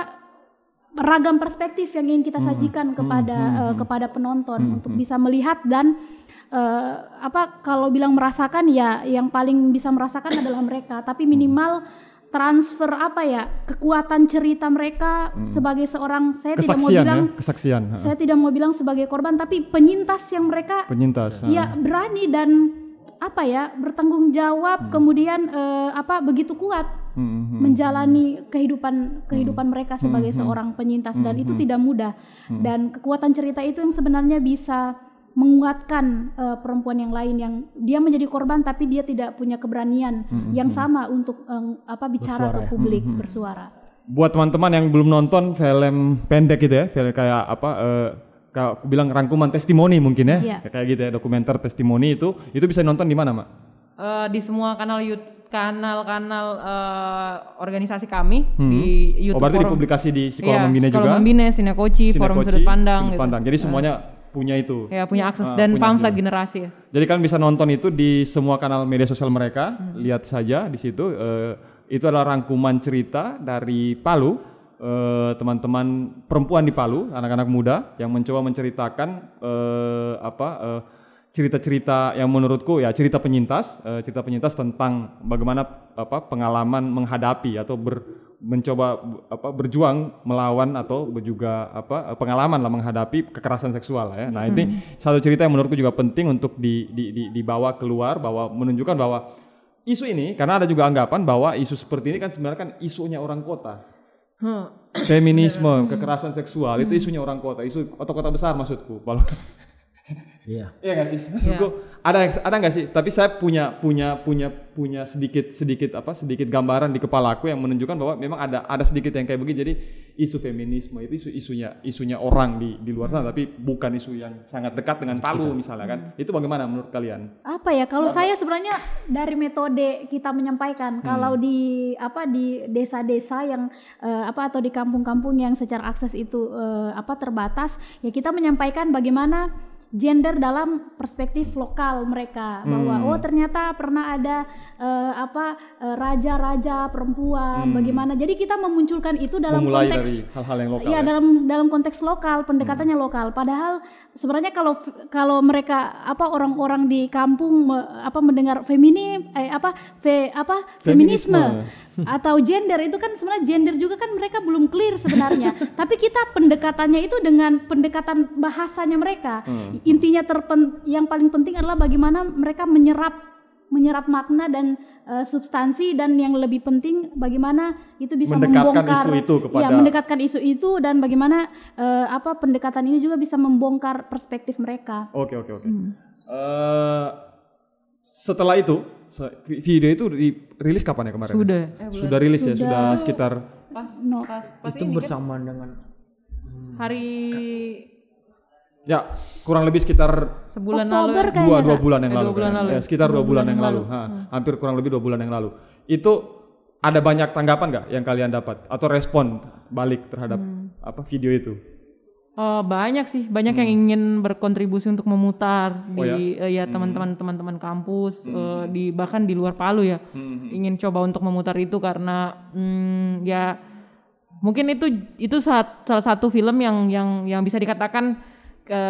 ragam perspektif yang ingin kita sajikan hmm, kepada hmm, uh, kepada penonton hmm, untuk hmm. bisa melihat dan uh, apa kalau bilang merasakan ya yang paling bisa merasakan adalah mereka. Tapi minimal transfer apa ya kekuatan cerita mereka hmm. sebagai seorang saya kesaksian, tidak mau bilang ya? kesaksian saya tidak mau bilang sebagai korban tapi penyintas yang mereka penyintas ya berani dan apa ya bertanggung jawab hmm. kemudian eh, apa begitu kuat hmm, hmm, menjalani kehidupan kehidupan hmm, mereka sebagai hmm, seorang penyintas hmm, dan itu hmm, tidak mudah hmm. dan kekuatan cerita itu yang sebenarnya bisa menguatkan uh, perempuan yang lain yang dia menjadi korban tapi dia tidak punya keberanian hmm, yang hmm. sama untuk um, apa bicara bersuara, ke publik ya? hmm, bersuara. Buat teman-teman yang belum nonton film pendek gitu ya, film kayak apa uh, kayak aku bilang rangkuman testimoni mungkin ya, yeah. kayak gitu ya dokumenter testimoni itu itu bisa nonton di mana, Mak? Uh, di semua kanal YouTube kanal-kanal uh, organisasi kami hmm. di YouTube. Oh berarti forum. Dipublikasi di Sekolah yeah, Membina Sekolah juga. Membina, Sinekoci, Forum Sudut Pandang. Sudut gitu. Pandang. Jadi semuanya uh. punya itu. Ya, punya akses uh, dan punya pamflet juga. Generasi ya. Jadi kalian bisa nonton itu di semua kanal media sosial mereka, hmm. lihat saja di situ. Uh, itu adalah rangkuman cerita dari Palu, uh, teman-teman perempuan di Palu, anak-anak muda yang mencoba menceritakan uh, apa uh, cerita-cerita yang menurutku ya cerita penyintas, uh, cerita penyintas tentang bagaimana apa pengalaman menghadapi atau ber mencoba apa berjuang melawan atau juga apa pengalaman lah menghadapi kekerasan seksual ya. Nah, hmm. ini satu cerita yang menurutku juga penting untuk di, di, di, dibawa keluar bahwa menunjukkan bahwa isu ini karena ada juga anggapan bahwa isu seperti ini kan sebenarnya kan isunya orang kota. Huh. Feminisme, kekerasan seksual itu isunya orang kota, isu kota-kota besar maksudku. Kalau Iya. iya nggak sih? Maksudku yeah. ada ada nggak sih? Tapi saya punya punya punya punya sedikit sedikit apa sedikit gambaran di kepalaku yang menunjukkan bahwa memang ada ada sedikit yang kayak begini. Jadi isu feminisme itu isu isunya isunya orang di di luar sana, tapi bukan isu yang sangat dekat dengan Palu misalnya kan? Itu bagaimana menurut kalian? Apa ya? Kalau saya sebenarnya dari metode kita menyampaikan, hmm. kalau di apa di desa-desa yang uh, apa atau di kampung-kampung yang secara akses itu uh, apa terbatas, ya kita menyampaikan bagaimana gender dalam perspektif lokal mereka, bahwa hmm. oh ternyata pernah ada uh, apa uh, raja-raja perempuan, hmm. bagaimana. Jadi kita memunculkan itu dalam Memulai konteks dari hal-hal yang lokal. Ya, ya? dalam dalam konteks lokal, pendekatannya hmm. lokal. Padahal sebenarnya kalau kalau mereka apa orang-orang di kampung me, apa mendengar femini eh, apa fe, apa feminisme, feminisme atau gender itu kan sebenarnya gender juga kan mereka belum clear sebenarnya. Tapi kita pendekatannya itu dengan pendekatan bahasanya mereka. Hmm. Intinya terpen, yang paling penting adalah bagaimana mereka menyerap menyerap makna dan uh, substansi, dan yang lebih penting bagaimana itu bisa mendekatkan membongkar isu itu kepada ya mendekatkan isu itu, dan bagaimana uh, apa pendekatan ini juga bisa membongkar perspektif mereka. Oke oke oke. Hmm. Uh, setelah itu video itu dirilis kapan ya kemarin? Sudah. Eh, sudah rilis ya, sudah sekitar pas, no. pas, pas itu ini bersamaan kan? dengan hari ya kurang lebih sekitar sebulan Oktober lalu, dua dua bulan yang eh, lalu, dua bulan lalu. Ya, sekitar dua, dua bulan, bulan yang lalu, lalu. Ha, Hmm. hampir kurang lebih dua bulan yang lalu. Itu ada banyak tanggapan nggak yang kalian dapat atau respon balik terhadap hmm. apa video itu? Oh, banyak sih, banyak hmm. yang ingin berkontribusi untuk memutar oh, di ya, uh, ya hmm. teman-teman teman-teman kampus, hmm. uh, di bahkan di luar Palu ya, hmm. ingin coba untuk memutar itu karena hmm, ya mungkin itu itu saat, salah satu film yang yang yang bisa dikatakan ke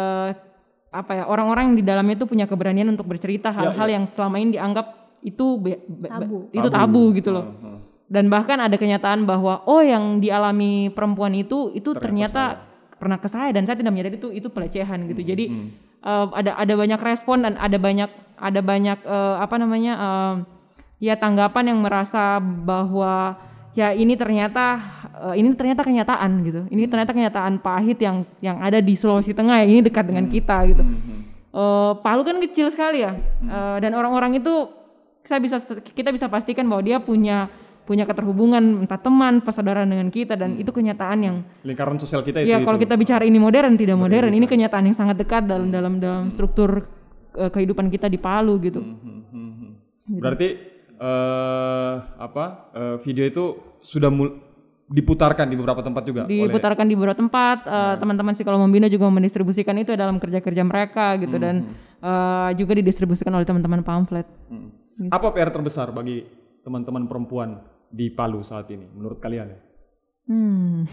apa ya, orang-orang yang di dalamnya itu punya keberanian untuk bercerita hal-hal ya, ya. yang selama ini dianggap itu be, be, tabu. itu tabu, tabu gitu loh. Uh, uh. Dan bahkan ada kenyataan bahwa oh yang dialami perempuan itu itu ternyata, ternyata pernah ke saya, dan saya tidak menyadari itu itu pelecehan gitu. Hmm, Jadi hmm. Uh, ada ada banyak respon dan ada banyak ada banyak uh, apa namanya uh, ya tanggapan yang merasa bahwa ya ini ternyata uh, ini ternyata kenyataan gitu. Ini ternyata kenyataan pahit yang yang ada di Sulawesi Tengah, ya, ini dekat dengan kita gitu. Uh, Palu kan kecil sekali ya, uh, dan orang-orang itu saya bisa kita bisa pastikan bahwa dia punya punya keterhubungan entah teman, persaudaraan dengan kita, dan hmm. itu kenyataan yang lingkaran sosial kita itu. Ya kalau itu. kita bicara ini modern tidak modern, bisa. Ini kenyataan yang sangat dekat dalam dalam dalam struktur uh, kehidupan kita di Palu gitu. Hmm, hmm, hmm, hmm. Gitu. Berarti uh, apa uh, video itu sudah mul- diputarkan di beberapa tempat juga? Diputarkan oleh... di beberapa tempat. Uh, hmm. Teman-teman Psikolog Membina juga mendistribusikan itu dalam kerja-kerja mereka gitu, hmm. dan uh, juga didistribusikan oleh teman-teman pamflet. Hmm. Gitu. Apa P R terbesar bagi teman-teman perempuan di Palu saat ini menurut kalian? Hmm.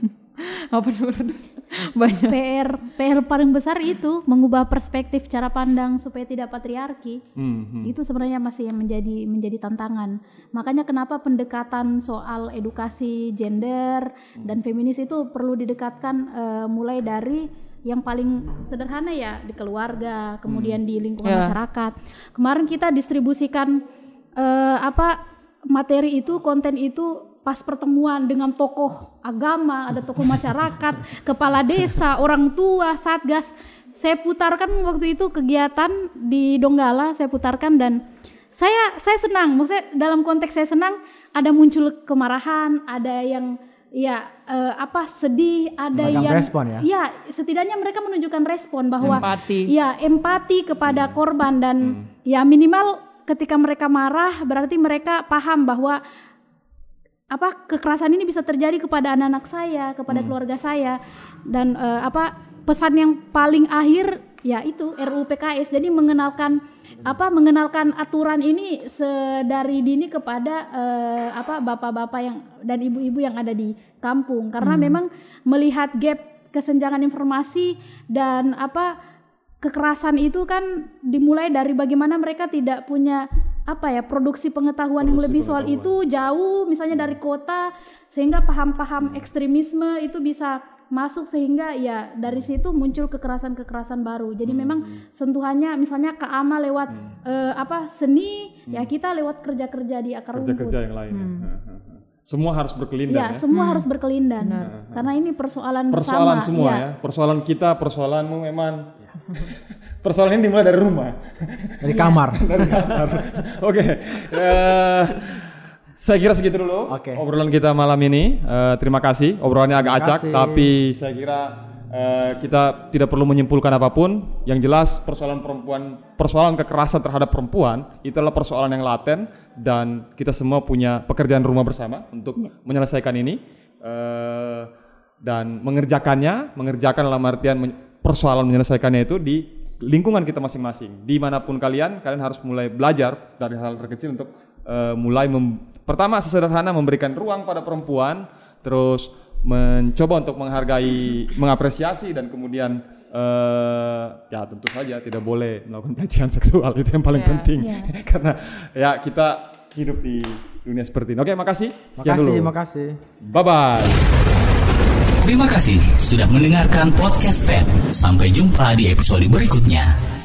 Apa menurut banyak P R P R paling besar itu mengubah perspektif cara pandang supaya tidak patriarki. Hmm, hmm. Itu sebenarnya masih yang menjadi menjadi tantangan. Makanya kenapa pendekatan soal edukasi gender hmm. dan feminis itu perlu didekatkan uh, mulai dari yang paling sederhana ya di keluarga, kemudian hmm. di lingkungan yeah. masyarakat. Kemarin kita distribusikan uh, apa materi itu, konten itu pas pertemuan dengan tokoh agama, ada tokoh masyarakat, kepala desa, orang tua, satgas. Saya putarkan waktu itu kegiatan di Donggala, saya putarkan, dan saya saya senang. Maksudnya dalam konteks saya senang, ada muncul kemarahan, ada yang ya eh, apa sedih, ada Megang yang respon ya. Ya, setidaknya mereka menunjukkan respon bahwa empati. Ya, empati kepada korban, dan hmm. ya minimal ketika mereka marah berarti mereka paham bahwa apa kekerasan ini bisa terjadi kepada anak-anak saya, kepada hmm. keluarga saya, dan uh, apa pesan yang paling akhir ya itu R U U P K S. Jadi mengenalkan apa mengenalkan aturan ini sedari dini kepada uh, apa bapak-bapak yang dan ibu-ibu yang ada di kampung, karena hmm. memang melihat gap kesenjangan informasi dan apa kekerasan itu kan dimulai dari bagaimana mereka tidak punya apa ya produksi pengetahuan produksi yang lebih soal itu, jauh misalnya dari kota, sehingga paham-paham ekstremisme itu bisa masuk, sehingga ya dari situ muncul kekerasan-kekerasan baru. Jadi hmm. memang sentuhannya misalnya Kak Ama lewat hmm. eh, apa seni, hmm. ya kita lewat kerja-kerja di akar rumput. Kerja-kerja yang lain. Hmm. Ya. semua harus berkelindan Ya, ya. semua harus berkelindan. Karena ini persoalan, Persoalan bersama. semua ya. Persoalan kita, persoalanmu memang. Persoalan ini dimulai dari rumah. Dari kamar. Dari kamar. Oke. Eh, saya kira segitu dulu Oke. obrolan kita malam ini. Eh, terima kasih. Obrolannya agak Terima acak, kasih. tapi saya kira eh, kita tidak perlu menyimpulkan apapun. Yang jelas persoalan perempuan, persoalan kekerasan terhadap perempuan itu adalah persoalan yang laten dan kita semua punya pekerjaan rumah bersama untuk menyelesaikan ini eh, dan mengerjakannya, mengerjakan dalam artian men- persoalan menyelesaikannya itu di lingkungan kita masing-masing. Dimanapun kalian, kalian harus mulai belajar dari hal terkecil untuk uh, mulai mem- pertama sesederhana memberikan ruang pada perempuan, terus mencoba untuk menghargai, mengapresiasi dan kemudian uh, ya tentu saja tidak boleh melakukan pelecehan seksual, itu yang paling Ya, penting. ya. Karena ya kita hidup di dunia seperti ini. Oke, makasih. Sekian Makasih, dulu. makasih. Bye bye. Terima kasih sudah mendengarkan podcast Step. Sampai jumpa di episode berikutnya.